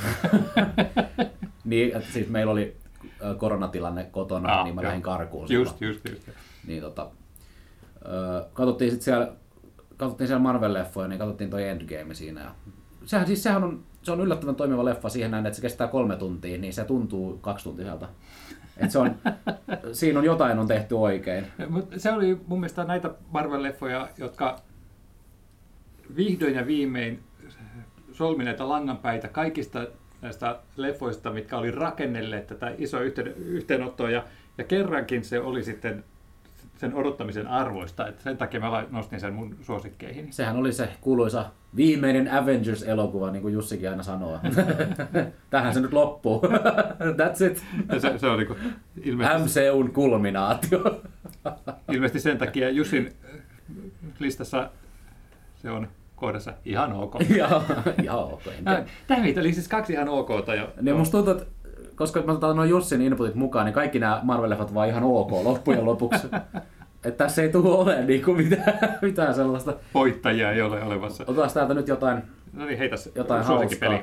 Speaker 2: Niin, että siis meillä oli koronatilanne kotona, ah, niin mä jo. lähdin karkuun.
Speaker 3: Just, just, just.
Speaker 2: Niin, tota, katsottiin sitten siellä, katsottiin siellä Marvel-leffoja, niin katsottiin toi Endgame siinä. Ja sehän, siis sehän on, se on yllättävän toimiva leffa siihen näin, että se kestää kolme tuntia, niin se tuntuu kaksituntiselta. Et se on, siinä on jotain on tehty oikein.
Speaker 3: Mut se oli mun mielestä näitä Marvel-leffoja, jotka vihdoin ja viimein solmi näitä langanpäitä kaikista näistä leffoista, mitkä oli rakennelleet tätä isoa yhteen, yhteenottoa, ja, ja kerrankin se oli sitten sen odottamisen arvoista, että sen takia mä nostin sen mun suosikkeihin.
Speaker 2: Sehän oli se kuuluisa viimeinen Avengers-elokuva, niin kuin Jussikin aina sanoo. Tähän se nyt loppuu. That's it.
Speaker 3: Se, se on niin kuin ilmeisesti...
Speaker 2: M C U:n kulminaatio.
Speaker 3: Ilmeisesti sen takia Jussin listassa se on kohdassa ihan ok.
Speaker 2: Joo, ihan ok.
Speaker 3: Tämä oli siis kaksi ihan okta. Jo.
Speaker 2: Niin musta tuntuu, että koska mä otan noin Jussin inputit mukaan, niin kaikki nämä Marvel-leffat vaan ihan ok loppujen lopuksi. Että tässä ei tule olemaan niinku mitään, mitään sellaista.
Speaker 3: Voittajia ei ole olevassa.
Speaker 2: Otetaan täältä nyt jotain,
Speaker 3: no niin, heitä se.
Speaker 2: jotain hauskaa.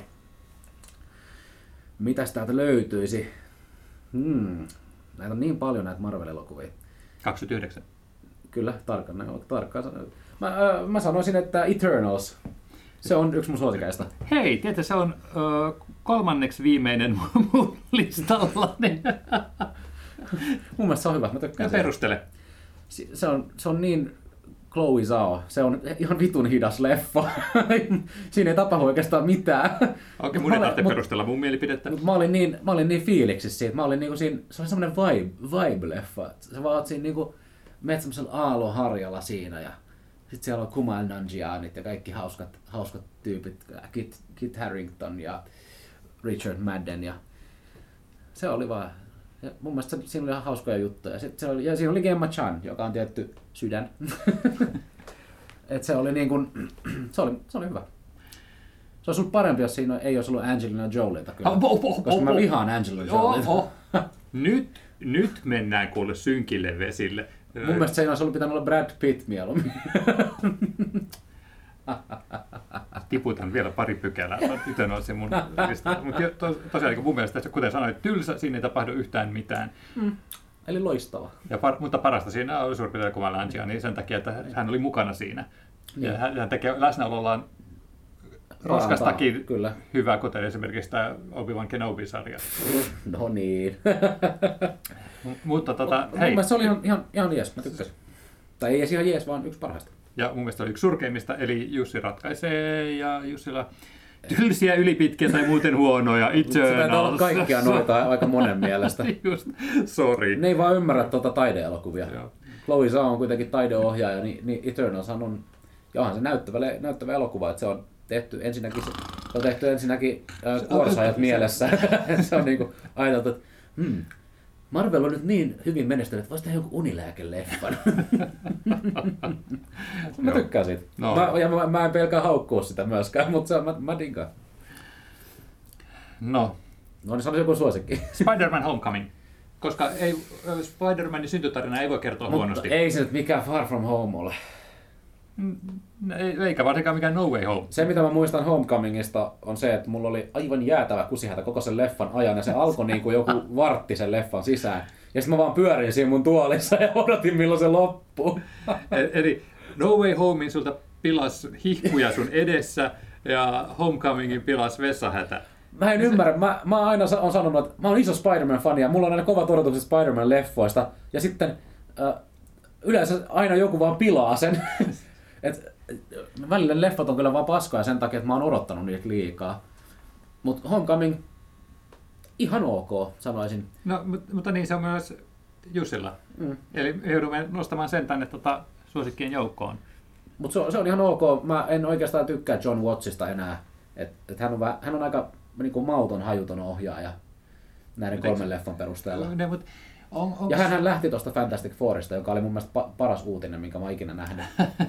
Speaker 2: Mitäs täältä löytyisi? Hmm. Näitä on niin paljon näitä Marvel-elokuvia.
Speaker 3: kaksikymmentäyhdeksän.
Speaker 2: Kyllä, tarkkaan. tarkkaan. Mä, äh, mä sanoisin, että Eternals. Se on yksi mun suosikeista.
Speaker 3: Hei, tiedätkö, se on ö, kolmanneksi viimeinen mun listalla.
Speaker 2: Mun mielestä se on hyvä, mä tykkään.
Speaker 3: Ja perustele.
Speaker 2: Se on, se on niin Chloe Zhao. Se on ihan vitun hidas leffa. Siinä ei tapahdu oikeastaan mitään.
Speaker 3: Okei, mun ei tarvitse perustella mun mielipidettä.
Speaker 2: Mutta mä olin niin, mä olin niin fiiliksissä siitä. Mä olin niinku siinä, se oli semmoinen vibe, vibe-leffa. Sä vaan oot siinä niinku, meet semmoisella aallonharjalla siinä ja sitten siellä on Kumail Nanjianit ja kaikki hauskat, hauskat tyypit, Kit, Kit Harington ja Richard Madden. Ja se oli vaan, ja mun mielestä se, siinä oli ihan hauskoja juttuja. Sitten se oli, ja siinä oli Gemma Chan, joka on tietty sydän. Et se oli niin kuin, se oli, se oli hyvä. Se olisi ollut parempi, jos siinä ei olisi ollut Angelina Jolieta kyllä.
Speaker 3: Oh, oh, oh,
Speaker 2: koska
Speaker 3: oh,
Speaker 2: mä
Speaker 3: oh.
Speaker 2: vihaan Angelina Jolieta.
Speaker 3: Oh, oh. Nyt, nyt mennään kuule synkille vesille.
Speaker 2: Mun mielestä se ei olisi ollut pitänyt olla Brad Pitt mieluummin.
Speaker 3: Tiputan vielä pari pykälää. Miten on se mun lista. Mutta to, tosiaan mun mielestä, kuten sanoit, tylsä, siinä ei tapahdu yhtään mitään.
Speaker 2: Mm. Eli loistava.
Speaker 3: Ja par, mutta parasta siinä oli suurin piirtein Kumail Nanjiani niin sen takia, että hän oli mukana siinä. Niin. Ja hän, hän tekee läsnäolollaan roskastakin kyllä hyvä, kuten esimerkiksi tämä Obi-Wan Kenobi-sarja.
Speaker 2: No niin.
Speaker 3: Mutta tota,
Speaker 2: Mun
Speaker 3: hei.
Speaker 2: mielestä se oli ihan, ihan, ihan jees, mä tykkäsin. Tai ei edes ihan jees, vaan yksi parhaista.
Speaker 3: Ja mun mielestä oli yksi surkeimmista, eli Jussi ratkaisee, ja Jussilla tylsiä, ylipitkiä tai muuten huonoja. Eternals.
Speaker 2: Se taitaa olla kaikkia noita aika monen mielestä.
Speaker 3: Just, sorry.
Speaker 2: Ne ei vaan ymmärrä tuota taideelokuvia. Chloe Zhao on kuitenkin taideohjaaja, niin, niin Eternals on, ja onhan se näyttävä, näyttävä elokuva, että se on tehty ensinnäkin, se on tehty ensinnäkin äh, kuorsaajat mielessä. Se on niinku ajateltu, että hmm, Marvel on nyt niin hyvin menestynyt, että voisi tehdä joku unilääkeleffan. Mä tykkään siitä.
Speaker 3: No.
Speaker 2: Mä, ja mä, mä en pelkää haukkua sitä myöskään, mutta se on, mä, mä dinkaan.
Speaker 3: No.
Speaker 2: No niin, se on joku suosikki.
Speaker 3: Spider-Man Homecoming. Koska ei, Spider-Manin syntytarina ei voi kertoa
Speaker 2: mutta
Speaker 3: huonosti.
Speaker 2: Ei se nyt mikään Far From Home ole.
Speaker 3: Eikä varsinkaan mikään No Way Home.
Speaker 2: Se mitä mä muistan Homecomingista on se, että mulla oli aivan jäätävä kusihätä koko sen leffan ajan ja se alkoi niin kuin joku vartti sen leffan sisään. Ja sitten mä vaan pyörin siinä mun tuolissa ja odotin milloin se loppuu.
Speaker 3: Eli No Way Homein sulta pilas hihkuja sun edessä ja Homecomingin pilas vessahätä.
Speaker 2: Mä en ymmärrä. Mä, mä aina on sanonut, että mä oon iso Spider-Man-fani ja mulla on aina kovat odotukset Spider-Man-leffoista. Ja sitten äh, yleensä aina joku vaan pilaa sen. Et, välillä leffat on kyllä vaan paskoja sen takia, että mä oon odottanut niitä liikaa. Mut Homecoming, ihan ok, sanoisin.
Speaker 3: No, mutta niin se on myös Jussilla.
Speaker 2: Mm.
Speaker 3: Eli joudumme nostamaan sen tänne tota, suosikkien joukkoon.
Speaker 2: Mutta se on, se on ihan ok. Mä en oikeastaan tykkää John Wattsista enää. Et, et hän, on väh, hän on aika niin kuin mauton, hajuton ohjaaja näiden
Speaker 3: Mut
Speaker 2: kolmen
Speaker 3: eikö,
Speaker 2: leffan perusteella.
Speaker 3: Ne, mut, on,
Speaker 2: ja hän lähti tuosta Fantastic Fourista, joka oli mun mielestä pa- paras uutinen, minkä mä ikinä nähnyt.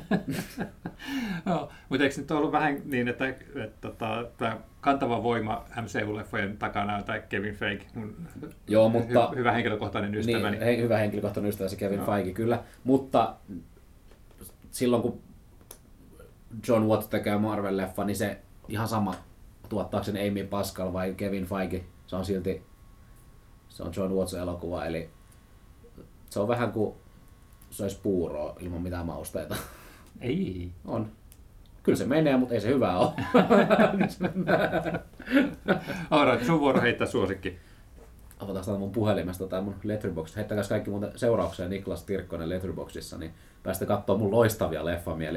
Speaker 3: no, mutta eikö nyt ollut vähän niin, että, että, että, että kantava voima M C U-leffojen takana on tämä Kevin Feige, mun
Speaker 2: Joo, mutta,
Speaker 3: hy, hyvä henkilökohtainen ystäväni.
Speaker 2: Niin, he, hyvä henkilökohtainen ystävä se Kevin no. Feige, kyllä. Mutta silloin kun John Watts tekee Marvel-leffa, niin se ihan sama tuottaako sen Amy Pascal vai Kevin Feige, se on silti se on John Watts elokuva, eli se on vähän kuin se olisi puuroa ilman mitään mausteita.
Speaker 3: Ei.
Speaker 2: On. Kyllä se menee, mutta ei se hyvää ole.
Speaker 3: Alright, sun vuoro heittää suosikki.
Speaker 2: Avataan sitä mun puhelimesta tai mun Letterboxdista. Heittäkääs kaikki muuten seurauksia Niklas Tirkkonen Letterboxdissa, niin päästä katsoa mun loistavia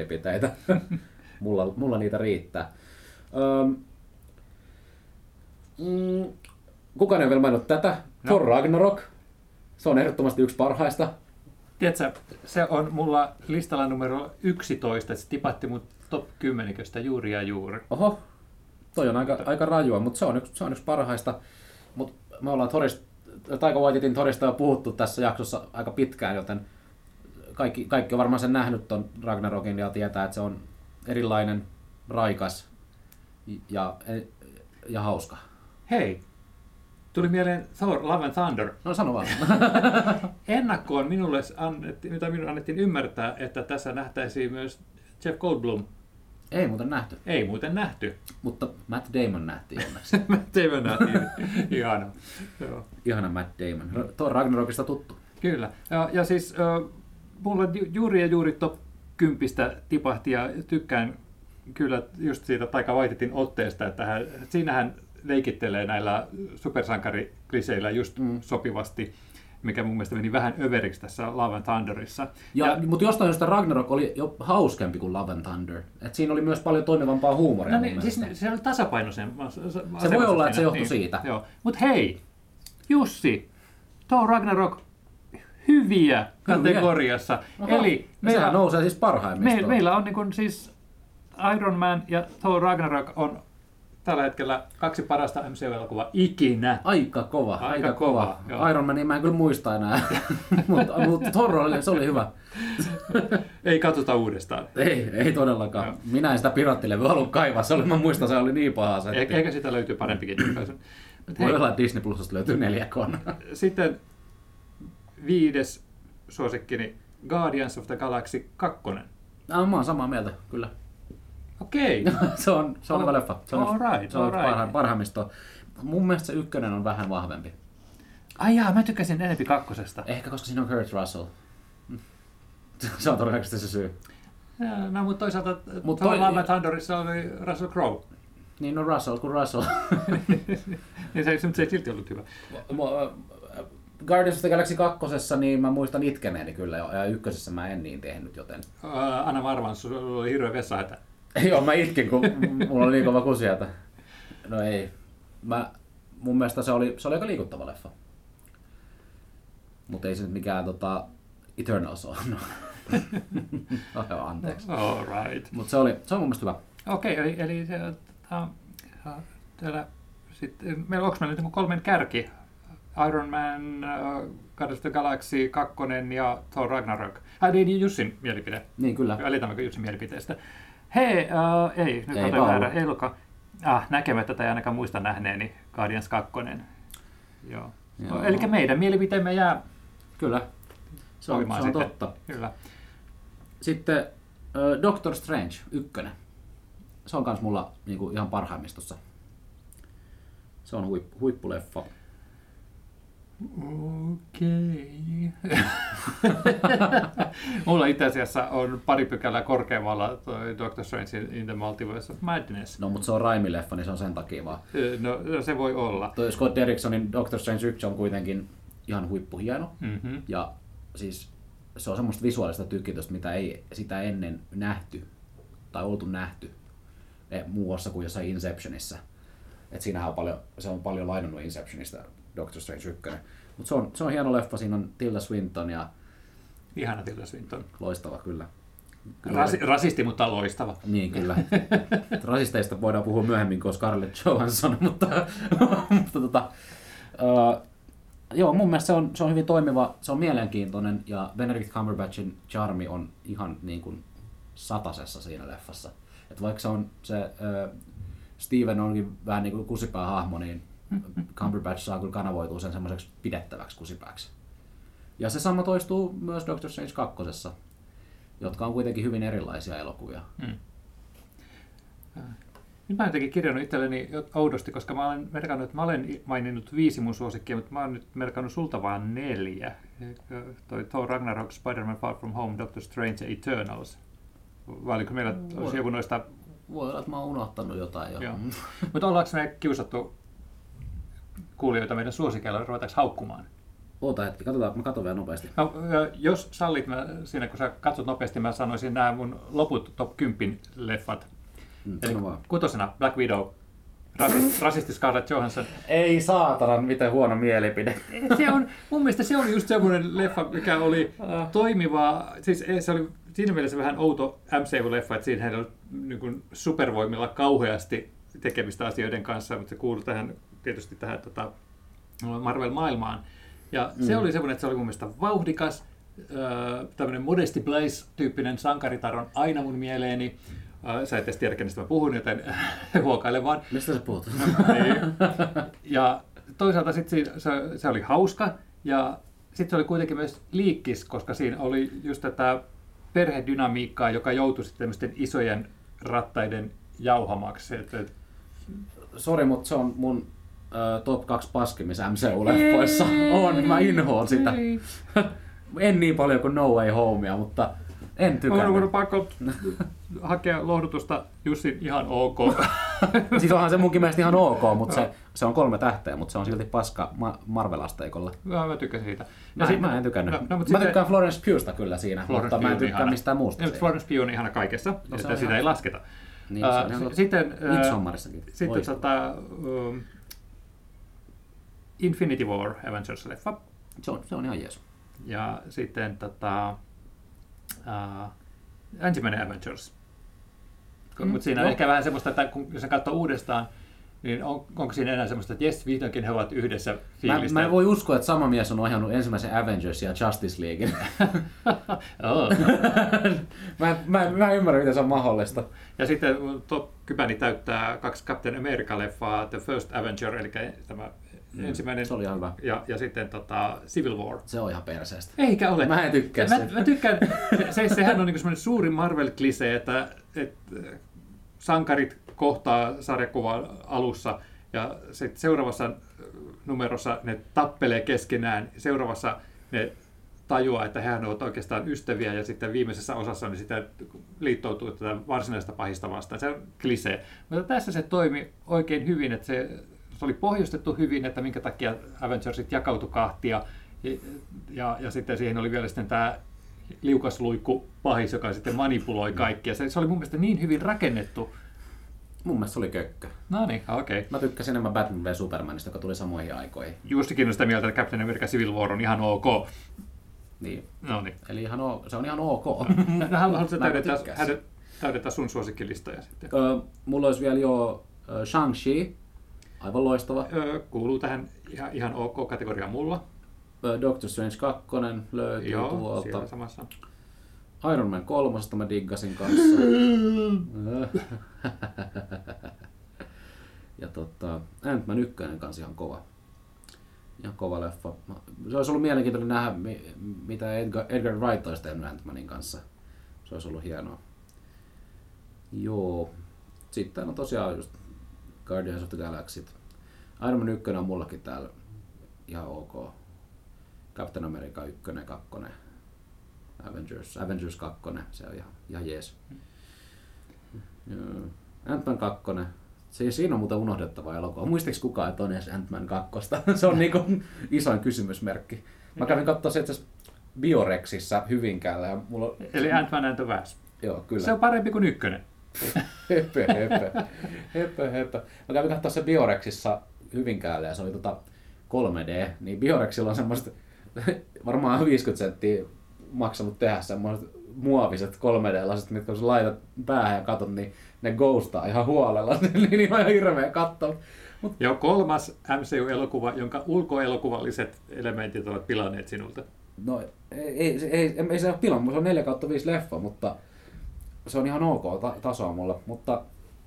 Speaker 2: leffamielipiteitä. mulla, mulla niitä riittää. Öm, Mm, kukaan ei ole vielä maininnut tätä. No. Thor Ragnarok. Se on ehdottomasti yksi parhaista.
Speaker 3: Tiedätkö, se on mulla listalla numero yksitoista, että se tipatti mun top kymmeniköstä juuri ja juuri.
Speaker 2: Oho, toi on aika, aika rajua, mutta se on yksi, se on yksi parhaista. Mut me ollaan Thorista, Taika Waititin Thorista jo puhuttu tässä jaksossa aika pitkään, joten kaikki, kaikki on varmaan sen nähnyt ton Ragnarokin ja tietää, että se on erilainen, raikas ja, ja hauska.
Speaker 3: Hei, tuli mieleen Thor Love and Thunder.
Speaker 2: No sano vaan.
Speaker 3: Ennakkoon minulle annettiin, mitä minulle annettiin ymmärtää, että tässä nähtäisiin myös Jeff Goldblum.
Speaker 2: Ei muuten nähty.
Speaker 3: Ei muuten nähty.
Speaker 2: Mutta Matt Damon nähtiin onneksi.
Speaker 3: Matt Damon nähtiin. Ihana. Joo.
Speaker 2: Ihana Matt Damon. Tuo Ragnarokista tuttu.
Speaker 3: Kyllä. Ja, ja siis äh, mulla juuri ja juuri top kympistä tipahti ja tykkään kyllä just siitä Taika Waititin otteesta, että hän, siinähän leikittelee näillä supersankarikliseillä just mm. sopivasti, mikä mun mielestä meni vähän överiksi tässä Love and Thunderissa.
Speaker 2: Ja, ja, mutta jostain syystä Ragnarok oli jo hauskempi kuin Love and Thunder. Et siinä oli myös paljon toimivampaa huumoria.
Speaker 3: No niin, siis se oli tasapainoisen.
Speaker 2: Se voi olla, että se johtui
Speaker 3: niin,
Speaker 2: siitä.
Speaker 3: Mutta hei, Jussi, Thor Ragnarok hyviä kategoriassa.
Speaker 2: Oho,
Speaker 3: eli meillä,
Speaker 2: sehän nousee siis parhaimmista.
Speaker 3: Me, meillä on niin kun, siis Iron Man ja Thor Ragnarok on tällä hetkellä kaksi parasta M C U-elokuvaa ikinä.
Speaker 2: Aika kova, aika, aika kova.
Speaker 3: kova.
Speaker 2: Iron Manin mä en kyllä muista enää, mutta mut Thor oli, se oli hyvä.
Speaker 3: Ei katsota uudestaan.
Speaker 2: Ei, ei todellakaan. Joo. Minä en sitä pirattilevyä halua kaivaa, se oli, mä muistan, se oli niin paha. Se,
Speaker 3: e- eikä sitä löytyy parempikin julkaisu.
Speaker 2: Voi olla, että Disney Plusasta löytyy neljä kona. Sitten
Speaker 3: viides suosikkini Guardians of the Galaxy kaksi.
Speaker 2: No, mä oon samaa mieltä, kyllä.
Speaker 3: Okei.
Speaker 2: se on, se on oh, hyvä leffa. Se on,
Speaker 3: all right,
Speaker 2: se on
Speaker 3: all right.
Speaker 2: parha, parhaimmista. Mun mielestä se ykkönen on vähän vahvempi.
Speaker 3: Ai jaa, mä tykkäsin enempi kakkosesta.
Speaker 2: Ehkä koska siinä on Kurt Russell. Se on todennäköisesti se syy.
Speaker 3: Ja, no, mutta toisaalta Mut toi... Love and Thunderissa oli Russell Crowe.
Speaker 2: Niin, no Russell kuin Russell.
Speaker 3: niin se, se ei silti ollut hyvä.
Speaker 2: Guardians of the Galaxy kakkosessa, niin mä muistan itkeneeni kyllä, ja ykkösessä mä en niin tehnyt, joten...
Speaker 3: Uh, Anna varmaan, sulla oli hirveä vessahätä.
Speaker 2: Joo, mä itkin, kun mulla oli niin kova kusihätä. No ei. Mä, mun mielestä se oli, se oli aika liikuttava leffa. Mutta ei se nyt mikään tota, Eternals ole. No. oh, anteeksi.
Speaker 3: All right.
Speaker 2: Mutta se oli, se on mun mielestä hyvä.
Speaker 3: Okei, okay, eli, eli se, uh, täällä, sit, meillä onko meillä nyt kolmen kärki? Iron Man, uh, Guardians of the Galaxy kaksi ja Thor Ragnarok. Äh, niin Jussin mielipide.
Speaker 2: Niin, kyllä.
Speaker 3: Välitämmekö Jussin mielipiteestä? Hei, uh, ei, nyt ei on väärä. Ei ollutkaan. Ah, näkemättä tai ainakaan muista nähneeni Guardians kaksi. Joo. Joo. Eli meidän mielipiteemme jää.
Speaker 2: Kyllä. Se on, se on totta.
Speaker 3: Kyllä.
Speaker 2: Sitten uh, Doctor Strange ykkönen. Se on kans mulla niinku ihan parhaimmistossa. Se on huip, huippuleffa.
Speaker 3: Okei. Okay. Mulla itse asiassa on pari pykälää korkeammalla toi Doctor Strange in the Multiverse of Madness.
Speaker 2: No, mutta se on Raimi-leffa, niin se on sen takia vaan.
Speaker 3: No, se voi olla.
Speaker 2: Toi Scott Derricksonin Doctor Strange yksi on kuitenkin ihan huippuhieno.
Speaker 3: Mm-hmm.
Speaker 2: Ja siis se on semmoista visuaalista tykitystä, mitä ei sitä ennen nähty tai oltu nähty muussa kuin jossain Inceptionissa. Et siinähän on paljon, se on paljon lainannut Inceptionista Doctor Strange yksi. Mutta se on, se on hieno leffa, siinä on Tilda Swinton ja...
Speaker 3: Ihana Tilda Swinton.
Speaker 2: Loistava, kyllä.
Speaker 3: Rasi, rasisti, mutta loistava.
Speaker 2: Niin, kyllä. Rasisteista voidaan puhua myöhemmin kuin Scarlett Johansson, mutta... mutta tota, uh, joo, mun mielestä se on, se on hyvin toimiva, se on mielenkiintoinen ja Benedict Cumberbatchin charmi on ihan niin kuin satasessa siinä leffassa. Et vaikka se on se... Uh, Steven onkin vähän niin kuin kusipäähahmo, niin Cumberbatch saa kyllä kanavoitua sen semmoiseksi pidettäväksi kusipääksi. Ja se sama toistuu myös Doctor Strange kakkosessa, jotka on kuitenkin hyvin erilaisia elokuvia.
Speaker 3: Hmm. Nyt mä oon jotenkin kirjannut itselleni oudosti, koska mä olen merkannut, että mä olen maininnut viisi mun suosikkia, mutta mä oon nyt merkannut sulta vaan neljä. Toi Thor Ragnarok, Spider-Man Far From Home, Doctor Strange ja Eternals. Vai oliko meillä olisi joku noista...
Speaker 2: Voi olla, että mä oon unohtanut jotain jo.
Speaker 3: Mutta ollaanko me kiusattu kuulijoita meidän suosikeilla, ruvetaanko haukkumaan?
Speaker 2: Oota hetki, katsotaan, mä katson vielä nopeasti.
Speaker 3: No, jos sallit, mä, siinä kun sä katsot nopeasti, mä sanoisin nämä mun loput top kymmenen leffat.
Speaker 2: Mm,
Speaker 3: Eli kutosena Black Widow, Rasisti, rasisti Scarlett Johansson.
Speaker 2: Ei saatana, miten huono mielipide.
Speaker 3: Se on, mun mielestä se oli just semmoinen leffa, mikä oli toimiva, siis se oli siinä mielessä vähän outo M C U-leffa, että siinä heillä oli niin kuin supervoimilla kauheasti tekemistä asioiden kanssa, mutta se kuului tähän, tietysti tähän tota, Marvel-maailmaan. Ja se mm. oli semmoinen, että se oli mun mielestä vauhdikas, tämmöinen Modesty Blaze-tyyppinen sankaritar on aina mun mieleeni. Sä et edes tiedä, kenestä mä puhun, joten huokaile vaan.
Speaker 2: Mistä sä puhut?
Speaker 3: Niin. Ja toisaalta sit se, se oli hauska ja sitten se oli kuitenkin myös liikkis, koska siinä oli just tätä perhedynamiikkaa, joka joutui sitten tämmöisten isojen rattaiden jauhamaksi.
Speaker 2: Sori, mutta se on mun uh, top kaksi paskimmissa M C U-leffoissa. On, mä inhoon sitä. En niin paljon kuin No Way Homea, mutta en tykännyt.
Speaker 3: On pakko hakea lohdutusta Jussin ihan ok.
Speaker 2: Siis onhan se munkin mielestä ihan ok, mutta se, se on kolme tähteä, mutta se on silti paska ma- Marvel-asteikolla.
Speaker 3: Mä, mä tykkäsin siitä.
Speaker 2: Mä, sit, mä en tykännyt. No, no, mä sitten, tykkään Florence Pughsta kyllä siinä, Florence mutta mä en tykkää mistään muusta.
Speaker 3: Ja, Florence Pugh on ihana kaikessa, no, että sitä ihan ei lasketa.
Speaker 2: Niin, uh, se on ihan
Speaker 3: sitten
Speaker 2: Midsommarissakin.
Speaker 3: Sitten tota, um, Infinity War Avengers-leffa.
Speaker 2: Se on, se on ihan jees.
Speaker 3: Ja sitten tota, uh, ensimmäinen Avengers. Mm, mutta siinä on ehkä vähän semmoista, että kun, jos sä katsoo uudestaan, niin on, onko siinä enää semmoista, että jes, vihdoinkin he ovat yhdessä fiilistä.
Speaker 2: Mä, mä en voi uskoa, että sama mies on ohjannut ensimmäisen Avengers ja Justice Leaguein.
Speaker 3: oh.
Speaker 2: mä, mä, mä en ymmärrä, miten se on mahdollista.
Speaker 3: Ja sitten top kypäni täyttää kaksi Captain America-leffaa, The First Avenger, eli tämä mm, ensimmäinen.
Speaker 2: Se oli ihan hyvä.
Speaker 3: Ja, ja sitten tota, Civil War.
Speaker 2: Se on ihan perseestä.
Speaker 3: Eikä ole.
Speaker 2: Mä en tykkää
Speaker 3: mä, mä tykkään, se, sehän on niin semmoinen suuri Marvel-klise, että, että sankarit kohtaa sarjakuvan alussa ja sitten seuraavassa numerossa ne tappelee keskenään, seuraavassa ne tajuaa, että hehän ovat oikeastaan ystäviä ja sitten viimeisessä osassa ne sitä liittoutuu tätä varsinaista pahista vastaan. Se on klisee. Mutta tässä se toimi oikein hyvin, että se, se oli pohjustettu hyvin, että minkä takia Avengersit jakautui kahtia ja, ja, ja sitten siihen oli vielä sitten tämä liukasluikku pahis, joka sitten manipuloi kaikkia. Se, se oli mun mielestä niin hyvin rakennettu.
Speaker 2: Mun mielestä se oli kökkö.
Speaker 3: No niin, okei. Okay.
Speaker 2: Mä tykkäsin enemmän Batman v Supermanista, joka tuli samoihin aikoihin.
Speaker 3: Justikin on sitä mieltä, että Captain America Civil War on ihan ok.
Speaker 2: Niin.
Speaker 3: No niin.
Speaker 2: Eli ihan o- se on ihan ok.
Speaker 3: No, haluatko täydentää, täydentää sun suosikkilistoja sitten?
Speaker 2: Öö, mulla olisi vielä jo uh, Shang-Chi. Aivan loistava.
Speaker 3: Öö, kuuluu tähän ihan, ihan ok-kategoriaan mulla.
Speaker 2: Öö, Doctor Strange kaksi löytyy
Speaker 3: Joo,
Speaker 2: tuolta.
Speaker 3: siellä samassa.
Speaker 2: Iron Man kolme mä diggasin kanssa. Ja tota, Ant-Man yksi kanssa ihan kova. Ihan kova leffa. Se olisi ollut mielenkiintoinen nähdä, mitä Edgar, Edgar Wright olisi tehnyt Ant-Manin kanssa. Se olisi ollut hienoa. Joo. Sitten on tosiaan just Guardians of the Galaxy. Iron Man yksi on mullakin täällä ihan ok. Captain America yksi, kaksi. Avengers, Avengers kaksi, se on ihan, ihan jees. Mm. Ant-Man kaksi, se, siinä on muuten unohdettava elokuva. Muistiks kukaan, että on edes Ant-Man kaksi? Se on niinku isoin kysymysmerkki. Mä kävin katsoa se itse asiassa Biorexissa Hyvinkäällä. Ja mulla on...
Speaker 3: Eli Ant-Man and the Wasp.
Speaker 2: Joo, kyllä.
Speaker 3: Se on parempi kuin ykkönen.
Speaker 2: Höpö, höpö. höpö, höpö. Mä kävin katsoa se Biorexissa Hyvinkäällä ja se oli tota kolme D. Niin Biorexilla on semmoiset varmaan viisikymmentä senttiä maksanut tehdä semmoiset muoviset kolme D-lasit, mitkä kun sä laitat päähän ja katot, niin ne ghostaa ihan huolella. Niin on ihan hirveä katsoa. Mut...
Speaker 3: Joo, kolmas M C U-elokuva, jonka ulkoelokuvalliset elementit ovat pilanneet sinulta.
Speaker 2: No ei, ei, ei, ei se ole pilannut, se on neljä kautta viisi leffa, mutta se on ihan ok ta- tasoa mulla. Mutta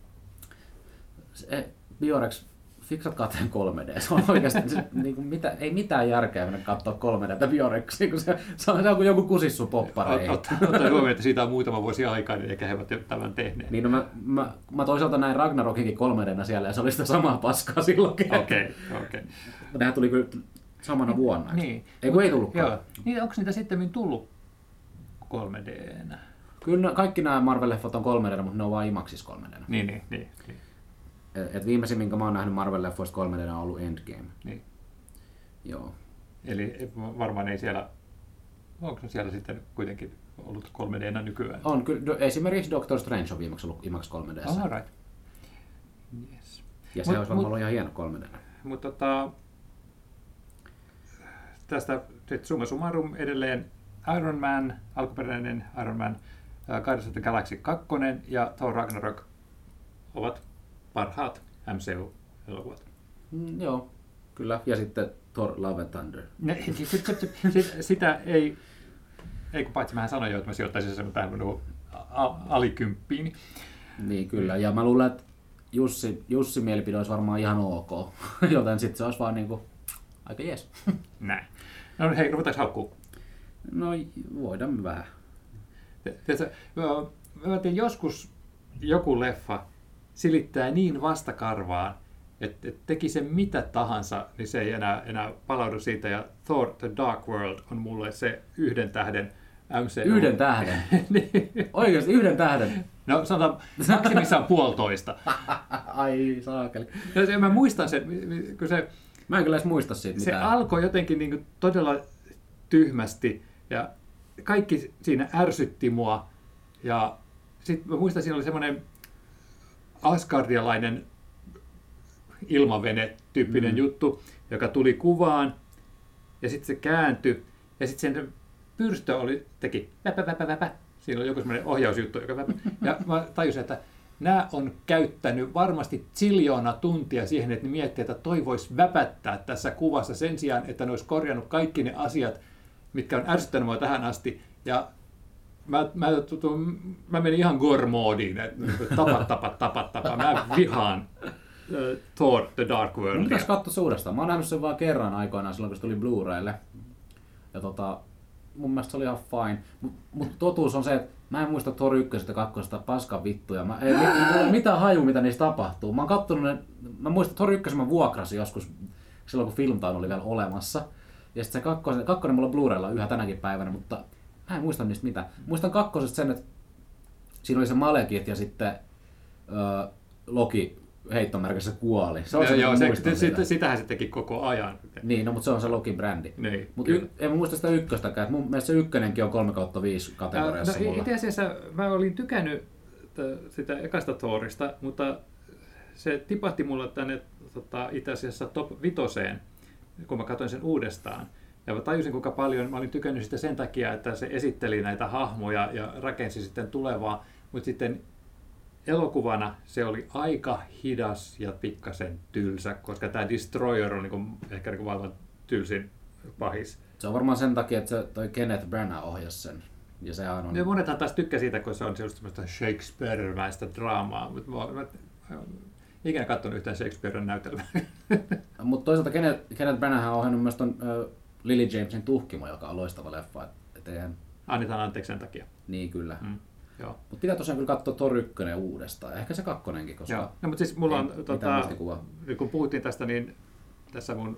Speaker 2: se, Biorex, fiksatkaa tämän kolme D. Se on oikeasti, se, niin kuin mitä, ei mitään järkeä mennä katsoa kolme D:tä Biorexia, kun se, se on kuin joku kusissu poppareihin.
Speaker 3: Ottaen huomioon, että siitä on muutama vuosi aikaa, niin eikä he ovat tämän tehneet.
Speaker 2: Niin, no mä, mä, mä toisaalta näin Ragnarokinkin kolme D:nä siellä ja se oli sitä samaa paskaa silloinkin.
Speaker 3: Okei, okay, okei. Okay.
Speaker 2: Nehän tuli kyllä samana vuonna.
Speaker 3: Niin.
Speaker 2: Ei kun ei tullutkaan.
Speaker 3: Joo. Niin, onko niitä sitten tullut kolme D:nä?
Speaker 2: Kyllä kaikki nämä Marvel-leffot on kolme D:nä, mutta ne on vain IMAXissa kolme D:nä.
Speaker 3: Niin, niin, niin. niin.
Speaker 2: Et viimeisin, minkä mä oon nähnyt Marvel-leffoista kolme D:nä on ollut Endgame.
Speaker 3: Niin.
Speaker 2: Joo.
Speaker 3: Eli varmaan ei siellä, onko siellä sitten kuitenkin ollut kolme D:nä nykyään?
Speaker 2: On, kyllä. Esimerkiksi Doctor Strange on viimeksi ollut IMAX kolme D:ssä.
Speaker 3: All right. Yes.
Speaker 2: Ja se
Speaker 3: Mut-
Speaker 2: olisi varmaan
Speaker 3: mut-
Speaker 2: ollut ihan hieno kolme D.
Speaker 3: Mutta tota, tästä sit summa summarum edelleen Iron Man, alkuperäinen Iron Man, äh, Guardians of the Galaxy kaksi ja Thor Ragnarok ovat parhaat M C U-elokuvat.
Speaker 2: Mm, joo, kyllä. Ja sitten Thor Love and Thunder.
Speaker 3: Ne, sit, sit, sit, sit, sitä ei, ei kun paitsi mähän sanoin jo, että mä sijoittaisin sen tähän minun alikymppiin.
Speaker 2: Niin kyllä. Ja mä luulen, että Jussi, Jussi mielipide olisi varmaan ihan ok. Joten sitten se olisi vaan niinku aika jees.
Speaker 3: Näin. No hei, ruvetaanko haukkuu?
Speaker 2: No voidaan vähän.
Speaker 3: Tiedätkö, mä tiedän, joskus joku leffa silittää niin vastakarvaan, että et teki sen mitä tahansa, niin se ei enää, enää palaudu siitä. Ja Thor The Dark World on mulle se yhden tähden M C U.
Speaker 2: Yhden tähden?
Speaker 3: Niin.
Speaker 2: Oikeasti yhden tähden?
Speaker 3: No sanotaan maksimissaan puolitoista.
Speaker 2: Ai saakeli.
Speaker 3: Ja se, mä muistan sen, kun se,
Speaker 2: Mä en kyllä edes muista siitä
Speaker 3: se
Speaker 2: mitään.
Speaker 3: alkoi jotenkin niin kuin todella tyhmästi ja kaikki siinä ärsytti mua. Ja sitten mä muistan, siinä oli semmoinen asgardialainen ilmavene-tyyppinen mm. juttu, joka tuli kuvaan ja sitten se kääntyi ja sitten sen pyrstö oli, teki väpä, väpä, väpä. Siinä oli joku semmoinen ohjausjuttu, joka väpä. Ja mä tajusin, että nämä on käyttänyt varmasti ziljoona tuntia siihen, että ne miettii, että toi voisi väpättää tässä kuvassa sen sijaan, että ne olisi korjannut kaikki ne asiat, mitkä on ärsyttänyt mua tähän asti. Ja mä, mä, mä menin ihan gore-moodiin, että tapa, tapa, tapa, tapa. Mä vihaan uh, Thor The Dark World.
Speaker 2: Mun pitäisi katsoa uudestaan. Mä oon nähnyt sen vaan kerran aikoinaan silloin, kun se tuli Blu-raylle. Ja tota, mun mielestä se oli ihan fine. Mutta mut totuus on se, että mä en muista Thor ykkösestä ja kakkosesta paskan vittuja. Mä ei mulla ole mitään haju, mitä niistä tapahtuu. Mä oon kattonut ne, mä muistan, että Thor ykkösen mä vuokrasin joskus silloin, kun Filmtown oli vielä olemassa. Ja sitten se kakkonen, kakkonen mulla on Blu-raylla yhä tänäkin päivänä, mutta mä en muista niistä mitään. Muistan kakkosesta sen, että siinä oli se Malekith ja sitten äh, Loki heittomerkissä kuoli. Se on
Speaker 3: ja,
Speaker 2: se,
Speaker 3: joo, se,
Speaker 2: se,
Speaker 3: sitä. Sitähän se teki koko ajan.
Speaker 2: Niin, no, mutta se on se Loki-brändi.
Speaker 3: Niin,
Speaker 2: mutta y- en muista sitä ykköstäkään. Mun mielestä se ykkönenkin on kolme kautta viisi kategoriassa
Speaker 3: no,
Speaker 2: mulla.
Speaker 3: itse asiassa mä olin tykännyt t- sitä ekasta Thorista, mutta se tipahti mulla tänne tota, itse asiassa top vitoseen, kun mä katsoin sen uudestaan. Ja mä tajusin, kuinka paljon mä olin tykännyt sitä sen takia, että se esitteli näitä hahmoja ja rakensi sitten tulevaa. Mutta sitten elokuvana se oli aika hidas ja pikkasen tylsä, koska tämä Destroyer on niinku, ehkä niinku maailman tylsin pahis.
Speaker 2: Se on varmaan sen takia, että se, toi Kenneth Branagh ohjasi sen. Ja sehän on...
Speaker 3: Ja monethan taas tykkää siitä, kun se on semmoista Shakespeare-mäistä draamaa. Mutta mä, mä, mä en ikinä katsonut yhtään Shakespearen näytelmää.
Speaker 2: Mutta toisaalta Kenneth, Kenneth Branagh on ohjannut myös ton uh, Lily Jamesin Tuhkimo, joka on loistava leffa. Et eihän...
Speaker 3: Annetaan anteeksi sen takia.
Speaker 2: Niin kyllä.
Speaker 3: Mm,
Speaker 2: mutta pitää tosiaan kyllä katsoa Thor ykkönen uudestaan. Ehkä se kakkonenkin, koska...
Speaker 3: Joo. No, mutta siis mulla on, tota, kun puhuttiin tästä, niin tässä mun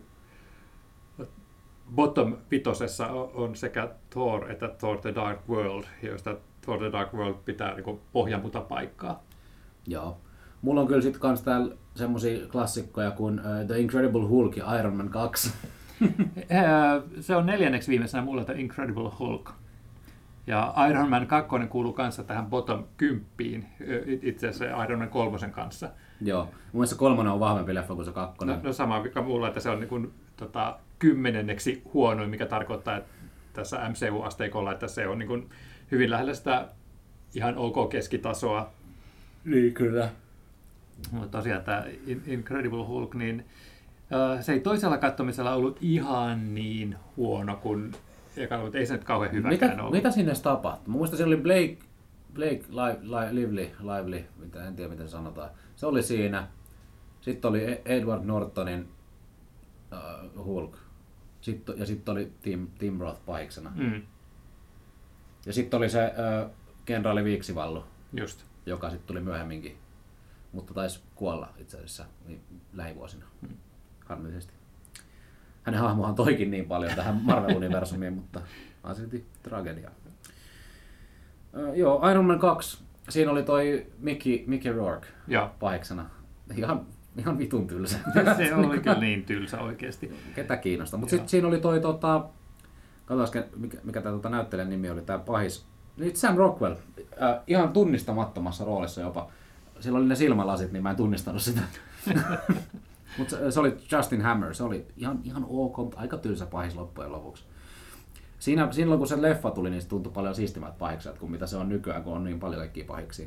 Speaker 3: bottom vitosessa on sekä Thor että Thor The Dark World, josta Thor The Dark World pitää niin pohjamuta paikkaa.
Speaker 2: Joo. Mulla on kyllä sitten kans täällä semmosia klassikkoja kuin uh, The Incredible Hulk ja Iron Man kaksi.
Speaker 3: Se on neljänneksi viimeisenä mulla The Incredible Hulk. Ja Iron Man kaksi kuuluu kanssa tähän bottom kymppiin, itse asiassa Iron Man kolmosen kanssa.
Speaker 2: Joo, mun mielestä kolmonen on vahvempi leffa kuin se kakkonen.
Speaker 3: No, no sama vika mulla, että se on niin kuin, tota, kymmenenneksi huonoin, mikä tarkoittaa että tässä M C U-asteikolla, että se on niin kuin, hyvin lähellä sitä ihan ok keskitasoa.
Speaker 2: Niin, kyllä.
Speaker 3: Mutta tosiaan tämä Incredible Hulk, niin uh, se ei toisella katsomisella ollut ihan niin huono kuin ekalla, mutta ei se nyt kauhean hyväkään
Speaker 2: mitä,
Speaker 3: ollut.
Speaker 2: mitä sinne tapahtui? Mä muistan, siellä oli Blake, Blake Li, Li, Lively, Lively, en tiedä miten sanotaan. Se oli siinä. Sitten oli Edward Nortonin uh, Hulk. Sitten, ja sitten oli Tim, Tim Roth pahiksena.
Speaker 3: Mm.
Speaker 2: Ja sitten oli se uh, kenraali Viiksivallu,
Speaker 3: Just.
Speaker 2: joka sitten tuli myöhemminkin. Mutta taisi kuolla itse asiassa niin lähivuosina. Mm. Harmillisesti. Hänen hahmohan toikin niin paljon tähän Marvel-universumiin, mutta on silti tragedia. Uh, joo, Iron Man kaksi. Siinä oli toi Mickey, Mickey Rourke pahiksena. Ihan, ihan vitun tylsä.
Speaker 3: Se oli kyllä niin tylsä oikeasti.
Speaker 2: Ketä kiinnostaa. Mutta sitten siinä oli toi, tota, katsotaan mikä, mikä tämä tota, näyttelijän nimi oli, tämä pahis. Nyt Sam Rockwell, äh, ihan tunnistamattomassa roolissa jopa. sillä oli ne silmälasit, niin mä en tunnistanut sitä. Mutta se, se oli Justin Hammer, se oli ihan, ihan ok, mutta aika tylsä pahis loppujen lopuksi. Siinä, silloin kun se leffa tuli, niin se tuntui paljon siistimät pahikset kuin mitä se on nykyään, kun on niin paljon kaikkia pahiksia.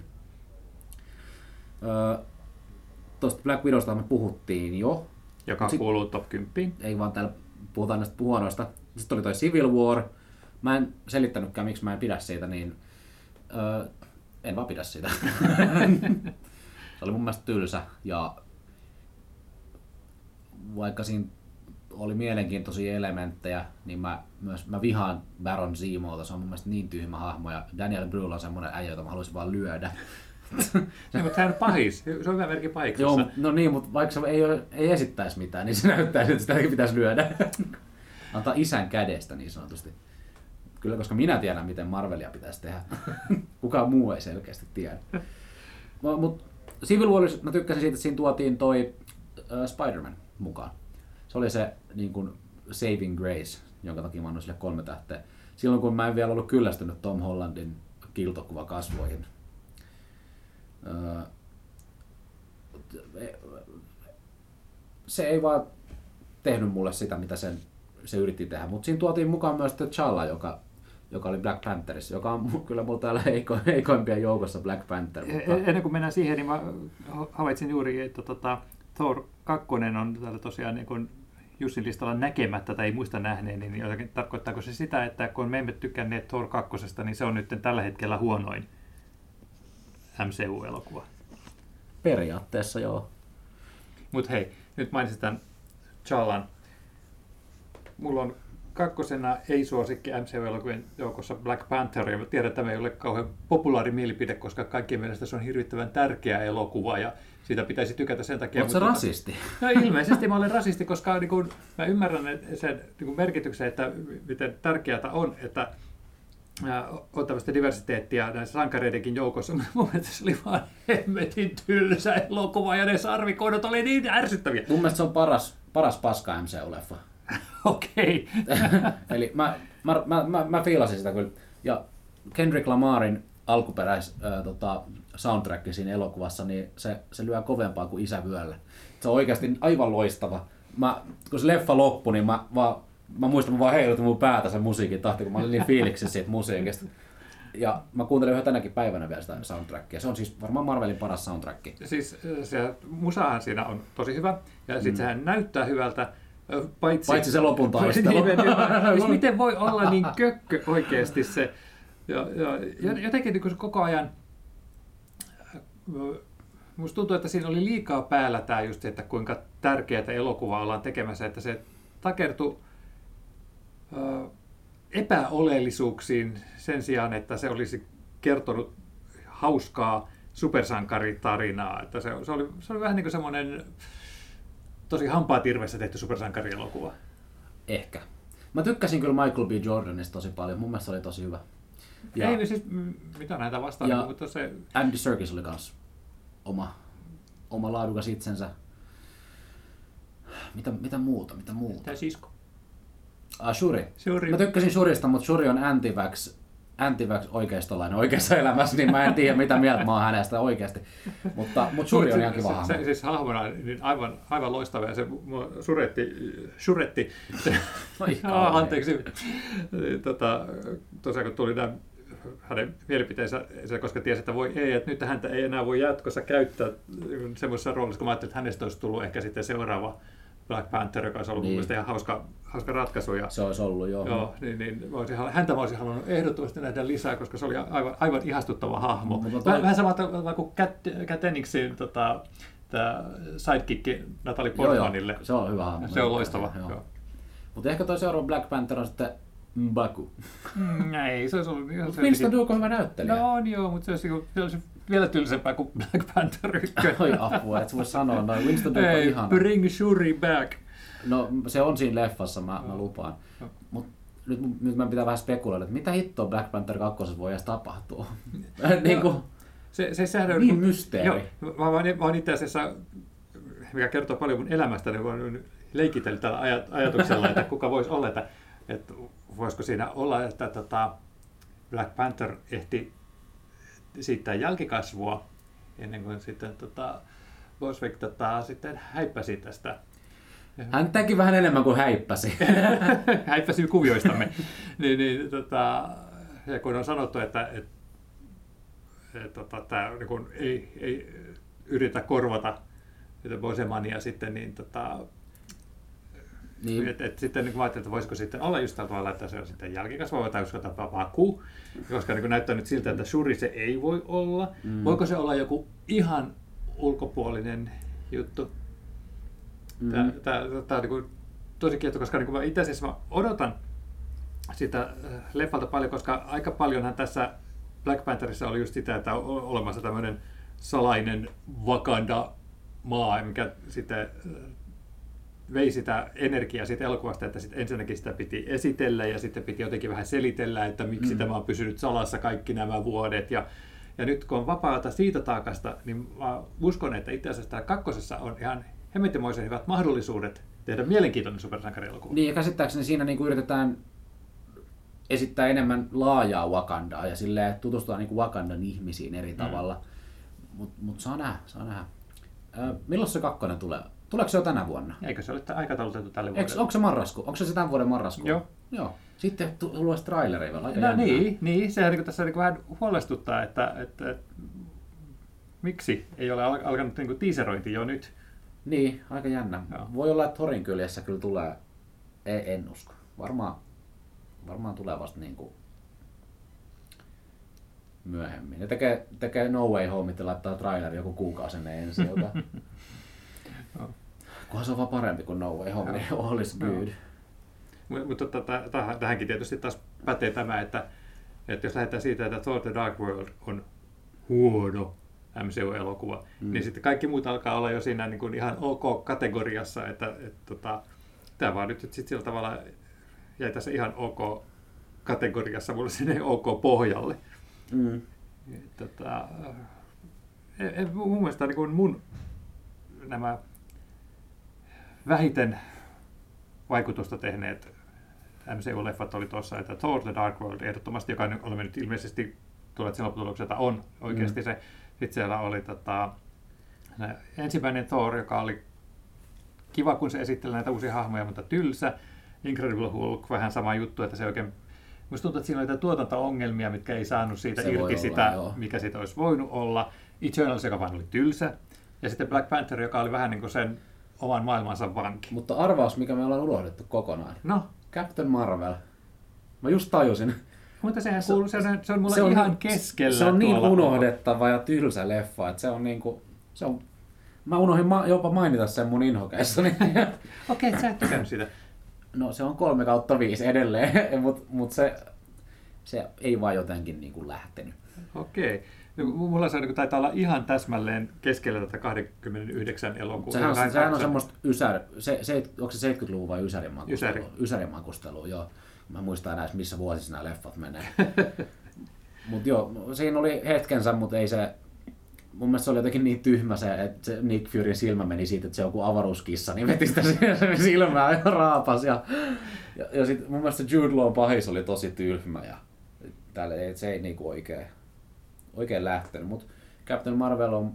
Speaker 2: Öö, Tuosta Black Widowsta me puhuttiin jo.
Speaker 3: Joka sit, kuuluu top kymmenen.
Speaker 2: Ei vaan täällä puhutaan näistä huonoista. Sitten oli toi Civil War. Mä en selittänytkään, miksi mä en pidä siitä, niin öö, en vaan pidä siitä. Se oli mun mielestä tylsä ja vaikka siinä oli mielenkiintoisia elementtejä, niin mä myös mä vihaan Baron Zemoota. Se on mun mielestä niin tyhmä hahmo ja Daniel Brühl on semmoinen äijä, jota mä haluaisin vaan lyödä.
Speaker 3: No, mutta hän on pahis. Se on hyvä merkki pahiksessa.
Speaker 2: Joo, no niin, mutta vaikka se ei, ei esittäisi mitään, niin se näyttäisi, että sitäkin pitäisi lyödä. Antaa isän kädestä niin sanotusti. Kyllä, koska minä tiedän, miten Marvelia pitäisi tehdä. Kukaan muu ei selkeästi tiedä. Mutta Civil War, mä tykkäsin siitä, että siinä tuotiin toi uh, Spider-Man mukaan. Se oli se niin kuin saving grace, jonka takia mä annoin sille kolme tähteä. Silloin kun mä en vielä ollut kyllästynyt Tom Hollandin kiltokuvakasvoihin. Se ei vaan tehnyt mulle sitä, mitä sen, se yritti tehdä, mutta siinä tuotiin mukaan myös T'Challa, joka, joka oli Black Pantherissa, joka on kyllä mulla täällä heiko, heikoimpien joukossa Black Panther. Mutta...
Speaker 3: Ennen kuin mennään siihen, niin mä havaitsin juuri, että tota, Thor kaksi on täällä tosiaan niin kun Jussin listalla näkemättä tai ei muista nähneen, niin jotenkin tarkoittaako se sitä, että kun me emme tykkänneet Thor kaksi, niin se on nyt tällä hetkellä huonoin M C U-elokuva?
Speaker 2: Periaatteessa joo.
Speaker 3: Mut hei, nyt mainitsin tämän T'Challan. Mulla on kakkosena ei-suosikki M C U-elokuvien joukossa Black Panther, ja tiedän, että tämä ei ole kauhean populaari mielipide, koska kaikkien mielestä se on hirvittävän tärkeä elokuva, ja siitä pitäisi tykätä sen takia.
Speaker 2: Oletko
Speaker 3: mutta...
Speaker 2: rasisti?
Speaker 3: No ilmeisesti mä olen rasisti, koska niin kun, mä ymmärrän sen niin kun merkityksen, että miten tärkeää on, että on tämmöistä diversiteettiä näissä sankareidenkin joukossa. Mun mielestä se oli vaan hemmetin tylsä elokuva ja ne sarvikoodot oli niin ärsyttäviä.
Speaker 2: Mun mielestä se on paras, paras paska M C U-leffa.
Speaker 3: Okei.
Speaker 2: Okay. Eli mä, mä, mä, mä, mä fiilasin sitä kyllä. Ja Kendrick Lamarin alkuperäis äh, tota, soundtrack siinä elokuvassa, niin se, se lyö kovempaa kuin Isä vyöllä. Se on oikeasti aivan loistava. Mä, kun se leffa loppui, niin mä vaan Mä muistan, mä vaan heilutin mun päätä sen musiikin tahti, kun mä olin niin fiiliksissä siitä musiikista. Ja mä kuuntelin yhä tänäkin päivänä vielä sitä soundtrackia. Se on siis varmaan Marvelin paras soundtrack.
Speaker 3: Siis se musahan siinä on tosi hyvä, ja sitten mm. sehän näyttää hyvältä, paitsi...
Speaker 2: Paitsi se lopun taistelu.
Speaker 3: Siis miten voi olla niin kökkö oikeasti se... Ja, ja, jotenkin niin se koko ajan... Musta tuntuu, että siinä oli liikaa päällä tämä just, että kuinka tärkeää elokuvaa ollaan tekemässä, että se takertui epäoleellisuuksiin sen sijaan, että se olisi kertonut hauskaa supersankaritarinaa. Että se, se, oli, se oli vähän niin kuin semmoinen tosi hampaatirvessä tehty supersankarielokuva.
Speaker 2: Ehkä. Mä tykkäsin kyllä Michael B. Jordanista tosi paljon. Mun mielestä se oli tosi hyvä.
Speaker 3: Ja, ei siis, mitä näitä vastaan,
Speaker 2: ja
Speaker 3: mutta se...
Speaker 2: Andy Serkis oli kans oma, oma laadukas itsensä. Mitä, mitä muuta, mitä muuta?
Speaker 3: Tämä sisko.
Speaker 2: Ah, Shuri.
Speaker 3: Shuri.
Speaker 2: Mä tykkäsin Shurista, mutta Shuri on anti-vax, anti-vax oikeistolainen oikeassa elämässä, niin mä en tiedä mitä mieltä mä oon hänestä oikeasti. Mutta, mutta Shuri on ihan kiva hahmo.
Speaker 3: Se, se, siis hahmona niin aivan, aivan loistava ja se suretti, suretti. ah, anteeksi. Tota, tosiaan kun tuli nämä hänen mielipiteensä, koska tiesi, että voi ei, että nyt häntä ei enää voi jatkossa käyttää semmoisessa roolissa, kun mä ajattelin, että hänestä olisi tullut ehkä sitten seuraava Black Panther, joka olisi ollut niin. Mielestäni ihan hauska, hauska ratkaisu. Ja,
Speaker 2: se olisi ollut, joo.
Speaker 3: joo niin, niin, olisin, häntä mä olisin halunnut ehdottomasti nähdä lisää, koska se oli aivan, aivan ihastuttava hahmo. Mm, toi... Vähän samalla tavalla kuin Kat Denningsin tota, sidekick Natalie Portmanille.
Speaker 2: Joo, joo. Se on hyvä hahmo.
Speaker 3: Se on loistava.
Speaker 2: Mutta ehkä toi seuraava Black Panther on sitten M'Baku.
Speaker 3: Mm, ei, se olisi ollut...
Speaker 2: Winston Duke on hyvä näyttelijä.
Speaker 3: No on joo, mutta se olisi, se olisi vielä tylsempää kuin Black Panther yksi.
Speaker 2: Oi apua, et sä voi sanoa noin. Winston Duke on ihana.
Speaker 3: Bring Shuri back.
Speaker 2: No se on siinä leffassa, mä, mä lupaan. No. Mut nyt, nyt mä pitää vähän spekuloida, että mitä hittoa Black Panther kaksi voi edes tapahtua. niin kuin,
Speaker 3: se, se, sehän on
Speaker 2: niin mysteeri.
Speaker 3: Joo, mä oon itse asiassa, mikä kertoo paljon mun elämästä, niin voin leikitellä tällä ajatuksella, että kuka voisi olla, että, että voisiko siinä olla, että tota Black Panther ehti siittää jälkikasvua ennen kuin sitten tota, Boswick tota, sitten häippäsi tästä.
Speaker 2: Hän teki vähän enemmän kuin häippäsi.
Speaker 3: häippäsi kuvioistamme. niin, niin, tota, ja kun on sanottu, että et, et, tota, tämä niin ei, ei yritä korvata Bosemania sitten, niin, tota, niin. Et, et, sitten niin ajattelin, että voisiko sitten olla just tällä tavalla, että se on sitten jälkikasvava tai uskotaan Baku, koska niin näyttää nyt siltä, että Shuri se ei voi olla. Mm. Voiko se olla joku ihan ulkopuolinen juttu? Mm. Tämä, tämä, tämä on niin tosi kiehto, koska niin itse asiassa mä odotan sitä leffalta paljon, koska aika paljonhan tässä Black Pantherissa oli just sitä, että on olemassa tämmöinen salainen Wakanda-maa, mikä sitten vei sitä energiaa siitä elokuvasta, että sitten ensinnäkin sitä piti esitellä ja sitten piti jotenkin vähän selitellä, että miksi mm. tämä on pysynyt salassa kaikki nämä vuodet. Ja, ja nyt kun on vapaata siitä taakasta, niin mä uskon, että itse asiassa täällä kakkosessa on ihan hemmetimoisen hyvät mahdollisuudet tehdä mielenkiintoinen supersankarielokuva.
Speaker 2: Niin, ja käsittääkseni siinä niin kuin yritetään esittää enemmän laajaa Wakandaa ja silleen tutustua niin kuin Wakandan ihmisiin eri mm. tavalla. Mutta mut saa nähdä, saa nähdä. Äh, milloin se kakkonen tulee? Tuleeko se jo tänä vuonna?
Speaker 3: Eikö se ole aikataulutettu tälle vuodelle?
Speaker 2: Onko se marrasku? Onko se se tämän vuoden marrasku?
Speaker 3: Joo.
Speaker 2: Joo. Sitten tulee traileri vielä. Aika
Speaker 3: no jännää. niin, niin, se niin tässä niin vähän huolestuttaa, että, että, että miksi ei ole alkanut niin tiiserointi jo nyt.
Speaker 2: Niin, aika jännä. Joo. Voi olla, että Thorin kyljessä kyllä tulee, ei, en usko. Varmaan, varmaan tulee vasta niin kuin myöhemmin. Ne tekee, tekee No Way Home ja laittaa traileri joku kuukausi ennen ensi ilta. No. Kunhan se on vaan parempi kuin No Way Home, niin all is good.
Speaker 3: No. Mutta tähänkin tietysti taas pätee tämä, että, että jos lähdetään siitä, että Thor The Dark World on huono M C U-elokuva, mm. niin sitten kaikki muut alkaa olla jo siinä niin kuin ihan OK-kategoriassa, että, että, että, että tämä vaan nyt sitten sillä tavalla jäi tässä ihan OK-kategoriassa mulle sinne OK-pohjalle. Mm. Tota, mun mielestä niin kuin mun nämä vähiten vaikutusta tehneet M C U-leffat oli tuossa, että Thor The Dark World ehdottomasti, joka olemme nyt ilmeisesti tulleet sen lopputulokselta on oikeasti mm. se. Sitten siellä oli tota, ensimmäinen Thor, joka oli kiva, kun se esitteli näitä uusia hahmoja, mutta tylsä. Incredible Hulk, vähän sama juttu, että se oikein... Musta tuntuu, että siinä oli tuotanto-ongelmia, mitkä ei saanut siitä se irti sitä, olla, mikä siitä olisi voinut olla. Eternals, joka vaan oli tylsä. Ja sitten Black Panther, joka oli vähän niin kuin sen oman maailmansa vanki.
Speaker 2: Mutta arvaus, mikä me ollaan unohdettu kokonaan.
Speaker 3: No?
Speaker 2: Captain Marvel. Mä just tajusin.
Speaker 3: Mutta sehän kuuluu, se on, se on mulla se on, ihan keskellä.
Speaker 2: Se on niin unohdettava ja tylsä leffa, että se on niinku... Se on, mä unohdin ma- jopa mainita sen mun inhokeissani.
Speaker 3: Okei, okay, sä et tykännyt sitä.
Speaker 2: No se on kolme kautta viisi edelleen, mutta mut se, se ei vaan jotenkin niinku lähtenyt.
Speaker 3: Okei. No, mulla se on, taitaa olla ihan täsmälleen keskellä tätä kaksikymmentäyhdeksän elokuvaa.
Speaker 2: Sehän on, sehän on semmoista ysär, se, se, onko se seitsemänkymmentäluvun vai ysärin makustelu?
Speaker 3: Ysäri.
Speaker 2: Ysärin makustelu, joo. Mä muistan enää, missä vuosissa nämä leffat menee. Mut joo, siinä oli hetkensä, mutta ei se... Mun mielestä se oli jotenkin niin tyhmä se, että se Nick Furyn silmä meni siitä, että se on joku avaruuskissa, niin veti sitä silmää ja raapas. Ja, ja, ja sitten mun mielestä se Jude Law pahis oli tosi tyhmä ja tälle, se ei niinku oikein, oikein lähtenyt. Mutta Captain Marvel on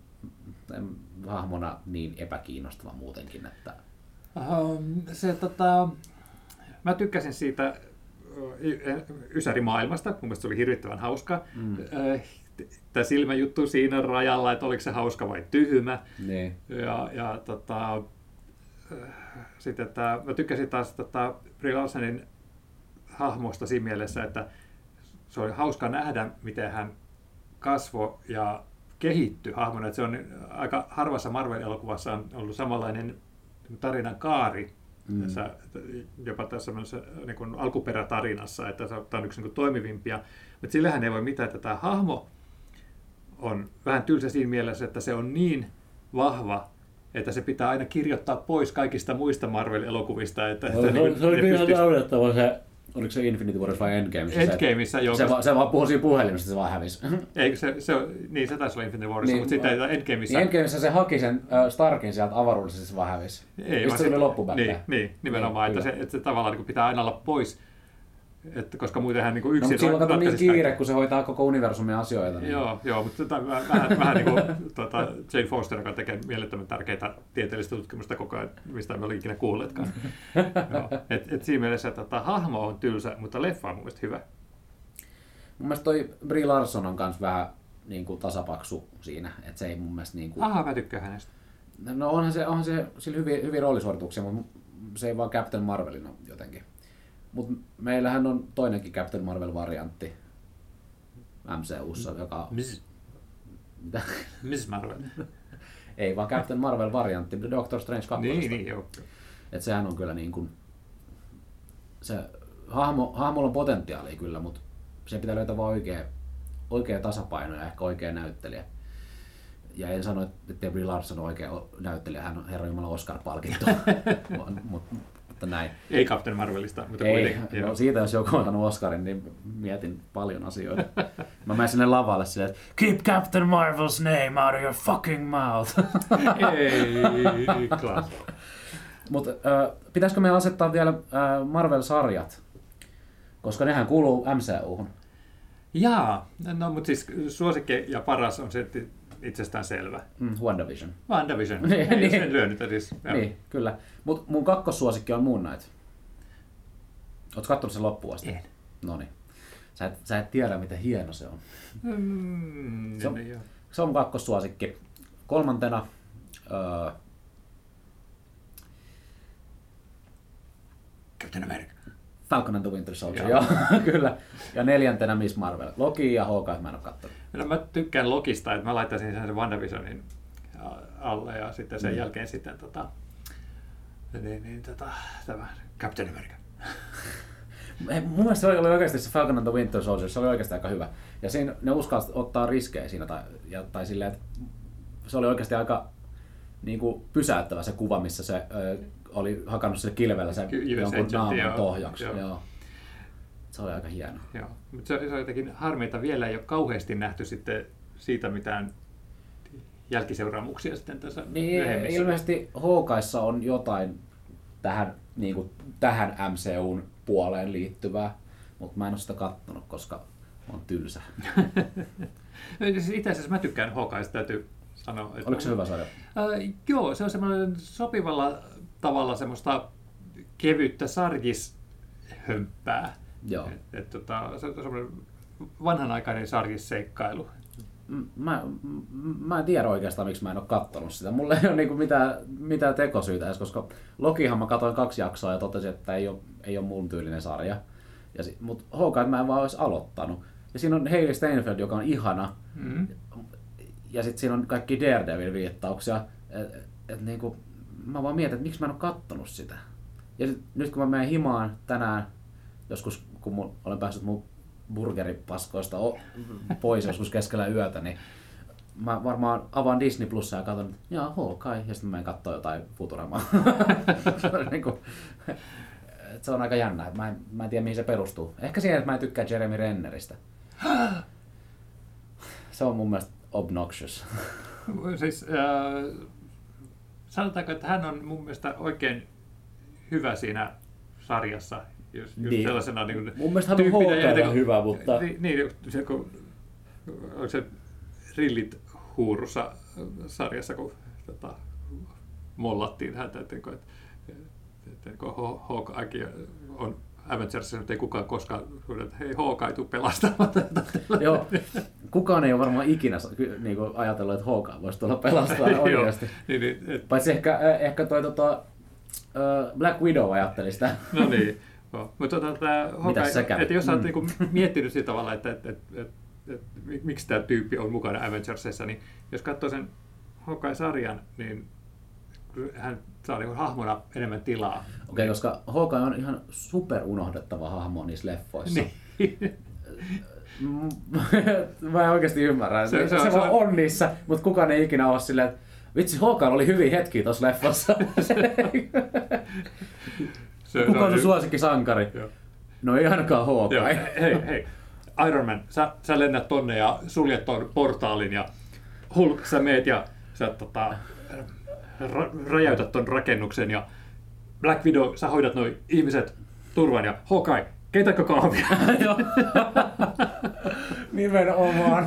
Speaker 2: hahmona niin epäkiinnostava muutenkin, että...
Speaker 3: Um, se tota... Mä tykkäsin siitä Ysäri-maailmasta, mun mielestä se oli hirvittävän hauska. Mm. Tämä silmäjuttu siinä rajalla, että oliko se hauska vai tyhmä.
Speaker 2: Nee.
Speaker 3: Ja, ja tota, sitten, että mä tykkäsin taas tota, Brie Larsonin hahmosta siinä mielessä, että se oli hauska nähdä, miten hän kasvoi ja kehittyi hahmona. Että se on aika harvassa Marvel-elokuvassa on ollut samanlainen tarinan kaari. Mm. Tässä, jopa tässä niin kuin alkuperätarinassa, että tämä on yksi niin kuin toimivimpia. Mutta sillähän ei voi mitään, että tämä hahmo on vähän tylsä siinä mielessä, että se on niin vahva, että se pitää aina kirjoittaa pois kaikista muista Marvel-elokuvista. Että,
Speaker 2: no, että, se, niin, se oli kyllä pystyisi... naurettava se, oliko se Infinity Wars vai Endgameissa?
Speaker 3: Endgameissa,
Speaker 2: se,
Speaker 3: joo.
Speaker 2: Se, va, se vaan puhui siinä puhelimesta, se vaan hävisi.
Speaker 3: Ei, se, se, niin, se taisi olla Infinity Warissa, niin, mutta sitten
Speaker 2: niin,
Speaker 3: Endgameissa...
Speaker 2: Niin Endgameissa se haki sen uh, Starkin sieltä avaruudessa, se vaan hävisi.
Speaker 3: Ei,
Speaker 2: Mistä se tuli loppupätkä?
Speaker 3: Niin, niin, nimenomaan, niin, että, se, että se tavallaan niin pitää aina olla pois että koska muutenhan niin
Speaker 2: No,
Speaker 3: yksin
Speaker 2: mutta silloin kato niin
Speaker 3: ratkaisisi
Speaker 2: kiire,
Speaker 3: kaikki.
Speaker 2: kun se hoitaa koko universumin asioita. Niin...
Speaker 3: Joo, joo, mutta tota, vähän, vähän niin kuin tota, Jane Foster, joka tekee mielettömän tärkeitä tieteellistä tutkimusta koko ajan, mistä me oli ikinä kuulleetkaan. et, et siinä mielessä tota, hahmo on tylsä, mutta leffa on mun mielestä hyvä.
Speaker 2: Mun mielestä toi Brie Larson on kans vähän niin kuin tasapaksu siinä, että se ei mun mielestä niin kuin...
Speaker 3: Aha, mä tykkään hänestä.
Speaker 2: No onhan se, onhan se sillä hyviä, hyviä roolisuorituksia, mutta se ei vaan Captain Marvelina jotenkin. Mutta meillähän on toinenkin Captain Marvel-variantti M C U:ssa, joka...
Speaker 3: Miss,
Speaker 2: Mitä?
Speaker 3: Miss Marvel.
Speaker 2: Ei vaan Captain Marvel-variantti, Doctor Strange kaksi.
Speaker 3: Niin, niin, joo.
Speaker 2: Että sehän on kyllä niin kuin... Se hahmo, hahmolla on potentiaalia kyllä, mutta se pitää löytää vaan oikea, oikea tasapaino ja ehkä oikea näyttelijä. Ja en sano, että Brie Larson on oikea näyttelijä, hän on Herran Jumala Oscar-palkittu, mutta, mutta näin.
Speaker 3: Ei Captain Marvelista, mutta
Speaker 2: Ei,
Speaker 3: kuitenkin.
Speaker 2: no siitä jos joku on ottanut Oscarin, niin mietin paljon asioita. Mä menen sinne lavalle silleen, että keep Captain Marvel's name out of your fucking mouth.
Speaker 3: Ei, klaas.
Speaker 2: Mutta äh, pitäisikö me asettaa vielä äh, Marvel-sarjat? Koska nehän kuuluu M C U:hun.
Speaker 3: Jaa, no mutta siis suosikki ja paras on se itsestään selvä.
Speaker 2: Mm, WandaVision.
Speaker 3: WandaVision.
Speaker 2: Niin,
Speaker 3: Ei
Speaker 2: niin.
Speaker 3: sen lyönyt siis.
Speaker 2: Niin, kyllä. Mut mun kakkossuosikki on Moon Knight. Ootko kattonut sen loppuun asti?
Speaker 3: En.
Speaker 2: Noniin. Sä et, sä et tiedä, miten hieno se on.
Speaker 3: Mm,
Speaker 2: Se on,
Speaker 3: niin, joo.
Speaker 2: se on mun kakkossuosikki. Kolmantena öö,
Speaker 3: Captain America.
Speaker 2: Falcon and the Winter Soldier,
Speaker 3: Joo.
Speaker 2: joo, kyllä. Ja neljäntenä Miss Marvel. Loki ja Hawkeye mä en oo kattonut.
Speaker 3: No, mä tykkään Lokista, että mä laittaisin sen WandaVisionin alle ja sitten sen
Speaker 2: Mm.
Speaker 3: jälkeen sitten tota, niin, niin, tota, tämä Captain America.
Speaker 2: Ei, mun mielestä se oli oikeasti se Falcon and the Winter Soldier, se oli oikeasti aika hyvä. Ja siinä ne uskalsivat ottaa riskejä siinä, tai, ja, tai silleen, että se oli oikeasti aika niin kuin pysäyttävä se kuva, missä se ö, oli hakannut sille kilvellä sen
Speaker 3: Ky-
Speaker 2: jonkun
Speaker 3: Agent,
Speaker 2: naaman
Speaker 3: joo,
Speaker 2: tohjaksi.
Speaker 3: joo.
Speaker 2: Joo. Se oli aika hieno.
Speaker 3: Joo, mutta se, se on jotenkin harmeita, vielä ei ole kauheasti nähty sitten siitä mitään jälkiseuraamuksia sitten tässä
Speaker 2: Niin,
Speaker 3: myöhemmissä.
Speaker 2: ilmeisesti Hawkeissa on jotain tähän, niin kuin, tähän M C U:n puoleen liittyvää, mutta mä en ole sitä kattonut, koska on tylsä.
Speaker 3: Itse asiassa mä tykkään Hawkeista, täytyy sanoa. Että
Speaker 2: Oliko se hyvä sarja?
Speaker 3: Äh, joo, se on semmoinen sopivalla tavalla semmoista kevyttä sarjishömppää.
Speaker 2: Joo.
Speaker 3: Et, et, tota, se on semmoinen vanhanaikainen sarjisseikkailu.
Speaker 2: Mä, mä en tiedä oikeastaan, miksi mä en ole kattonut sitä. Mulla ei ole niinku mitään, mitään tekosyytä edes, koska Lokihan mä katsoin kaksi jaksoa ja totesin, että ei ole, ei ole mun tyylinen sarja. Ja sit, mut Hawkeye mä en vaan olisi aloittanut. Ja siinä on Hailey Steinfeld, joka on ihana.
Speaker 3: Mm-hmm.
Speaker 2: Ja sitten siinä on kaikki Daredevil-viittauksia. Et, et, et niinku, mä vaan mietin, että miksi mä en ole kattonut sitä. Ja sit, nyt kun mä menen himaan tänään, joskus kun mun, olen päässyt mun burgeripaskoista o- pois joskus keskellä yötä, niin mä varmaan avaan Disney Plussa ja katson, että jaa, Hawkeye, ja sitten mä menen katsoa jotain Futuramaa. niin kuin, se on aika jännä. Mä en, mä en tiedä, mihin se perustuu. Ehkä siihen, että mä en tykkää Jeremy Renneristä. Se on mun mielestä obnoxious.
Speaker 3: Siis, äh, sanotaanko, että hän on mun mielestä oikein hyvä siinä sarjassa. Just, just
Speaker 2: Niin.
Speaker 3: sellaisena niin kuin
Speaker 2: Mun mielestä hän on
Speaker 3: tyyppinä,
Speaker 2: Hawkeye
Speaker 3: jotenkin-
Speaker 2: hyvä, mutta...
Speaker 3: Niin, niin se, kun, onko se rillit huurussa sarjassa, kun tota, mollattiin häntä, että, että, että kun Hawkeye on Avengersissa, nyt ei kukaan koskaan suhde, että hei Hawkeye, tuu pelastamaan.
Speaker 2: Joo, kukaan ei ole varmaan ikinä niin kuin ajatellut, että Hawkeye voisi tulla pelastamaan oikeasti.
Speaker 3: niin, niin, et,
Speaker 2: Paitsi ehkä, ehkä toi tota, Black Widow ajatteli sitä.
Speaker 3: no niin. No, mutta tota, tämä
Speaker 2: Mitäs sä
Speaker 3: Hawkeye,
Speaker 2: kävit?
Speaker 3: että jos sä oot
Speaker 2: Mm.
Speaker 3: niinku miettinyt sillä tavalla, että, että, että, että, että miksi tämä tyyppi on mukana Avengersissa, niin jos katsoo sen Hawkeye-sarjan, niin hän saa niinku hahmona enemmän tilaa.
Speaker 2: Okei, okay, koska Hawkeye on ihan super unohdettava hahmo niissä leffoissa.
Speaker 3: Niin.
Speaker 2: Mä en oikeasti ymmärrä. Se,
Speaker 3: Se-
Speaker 2: se,
Speaker 3: se-
Speaker 2: se
Speaker 3: se-
Speaker 2: vaan on niissä, mutta kukaan ei ikinä ole silleen, että vitsi, Hawkeye oli hyviä hetkiä tuossa leffassa.
Speaker 3: Se,
Speaker 2: Kuka on
Speaker 3: se
Speaker 2: sun suosikkisankari?
Speaker 3: Joo.
Speaker 2: No ei ainakaan
Speaker 3: Joo,
Speaker 2: Hawkeye.
Speaker 3: hei, hei. Iron Man, sä, sä lennät tonne ja suljet ton portaalin ja Hulk, sä meet ja sä tota, ra- räjäytät ton rakennuksen ja Black Widow, sä hoidat noi ihmiset turvan ja Hawkeye, Keitätkö kahvia?
Speaker 2: Joo. Nimenomaan.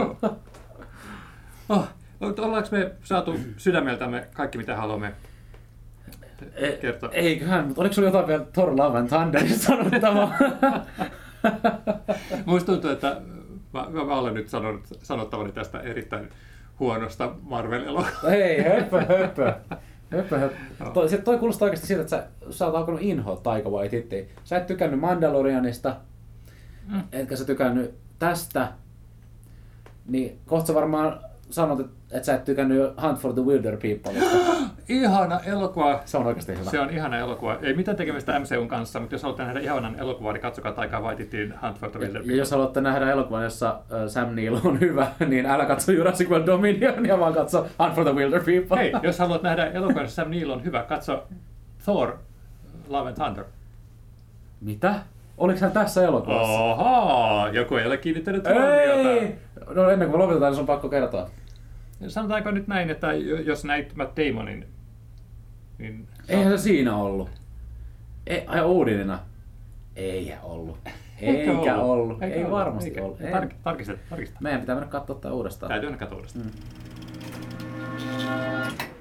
Speaker 3: Oh, ollaanko me saatu sydämeltämme kaikki, mitä haluamme kertoa?
Speaker 2: Eiköhän, mutta oliko sulla jotain vielä Thor Love and Thunderista sanottavaa?
Speaker 3: Musta tuntuu, että mä, mä olen nyt sanonut, sanottavani tästä erittäin huonosta Marvel-elokuvasta.
Speaker 2: Ei, höpö, höpö. höpö, höpö. Toi, se, toi kuulostaa oikeasti siitä, että sä, sä oot alkanut inhoa Taika Waititia. Sä et tykännyt Mandalorianista, mm. etkä sä tykännyt tästä, niin kohta sä varmaan sanot, että et sä et tykännyt Hunt for the Wilder Peopleista.
Speaker 3: Ihana elokuva.
Speaker 2: Se on oikeasti hyvä.
Speaker 3: Se on ihana elokuva. Ei mitään tekemistä M C U:n kanssa, mutta jos haluatte nähdä ihanan elokuvan, niin katsokaa Taika Waititin Hunt for the Wilder People.
Speaker 2: Ja jos haluatte nähdä elokuvan, jossa Sam Neill on hyvä, niin älä katso Jurassic World Dominionia, vaan katso Hunt for the Wilder People.
Speaker 3: Hei, jos haluat nähdä elokuvan, jossa Sam Neill on hyvä, katso Thor Love and Thunder.
Speaker 2: Mitä? Oliko hän tässä elokuvassa?
Speaker 3: Oho, joku ei ole kiinnittänyt huomiota.
Speaker 2: Ei! No ennen kuin me lopetetaan, niin se on pakko kertoa.
Speaker 3: Sanotaanko nyt näin, että jos näit Matt Damonin, niin...
Speaker 2: Eihän se siinä ollut. Ei, ai Odinina. Eihän ollut. Eikä, Eikä ollut. ollut. Eikä ei ollut. Varmasti Eikä. ollut. Ei.
Speaker 3: Tar- tarkista, tarkista.
Speaker 2: Meidän pitää mennä katsoa tätä uudestaan.
Speaker 3: Täytyy mennä katsoa uudestaan. Mm.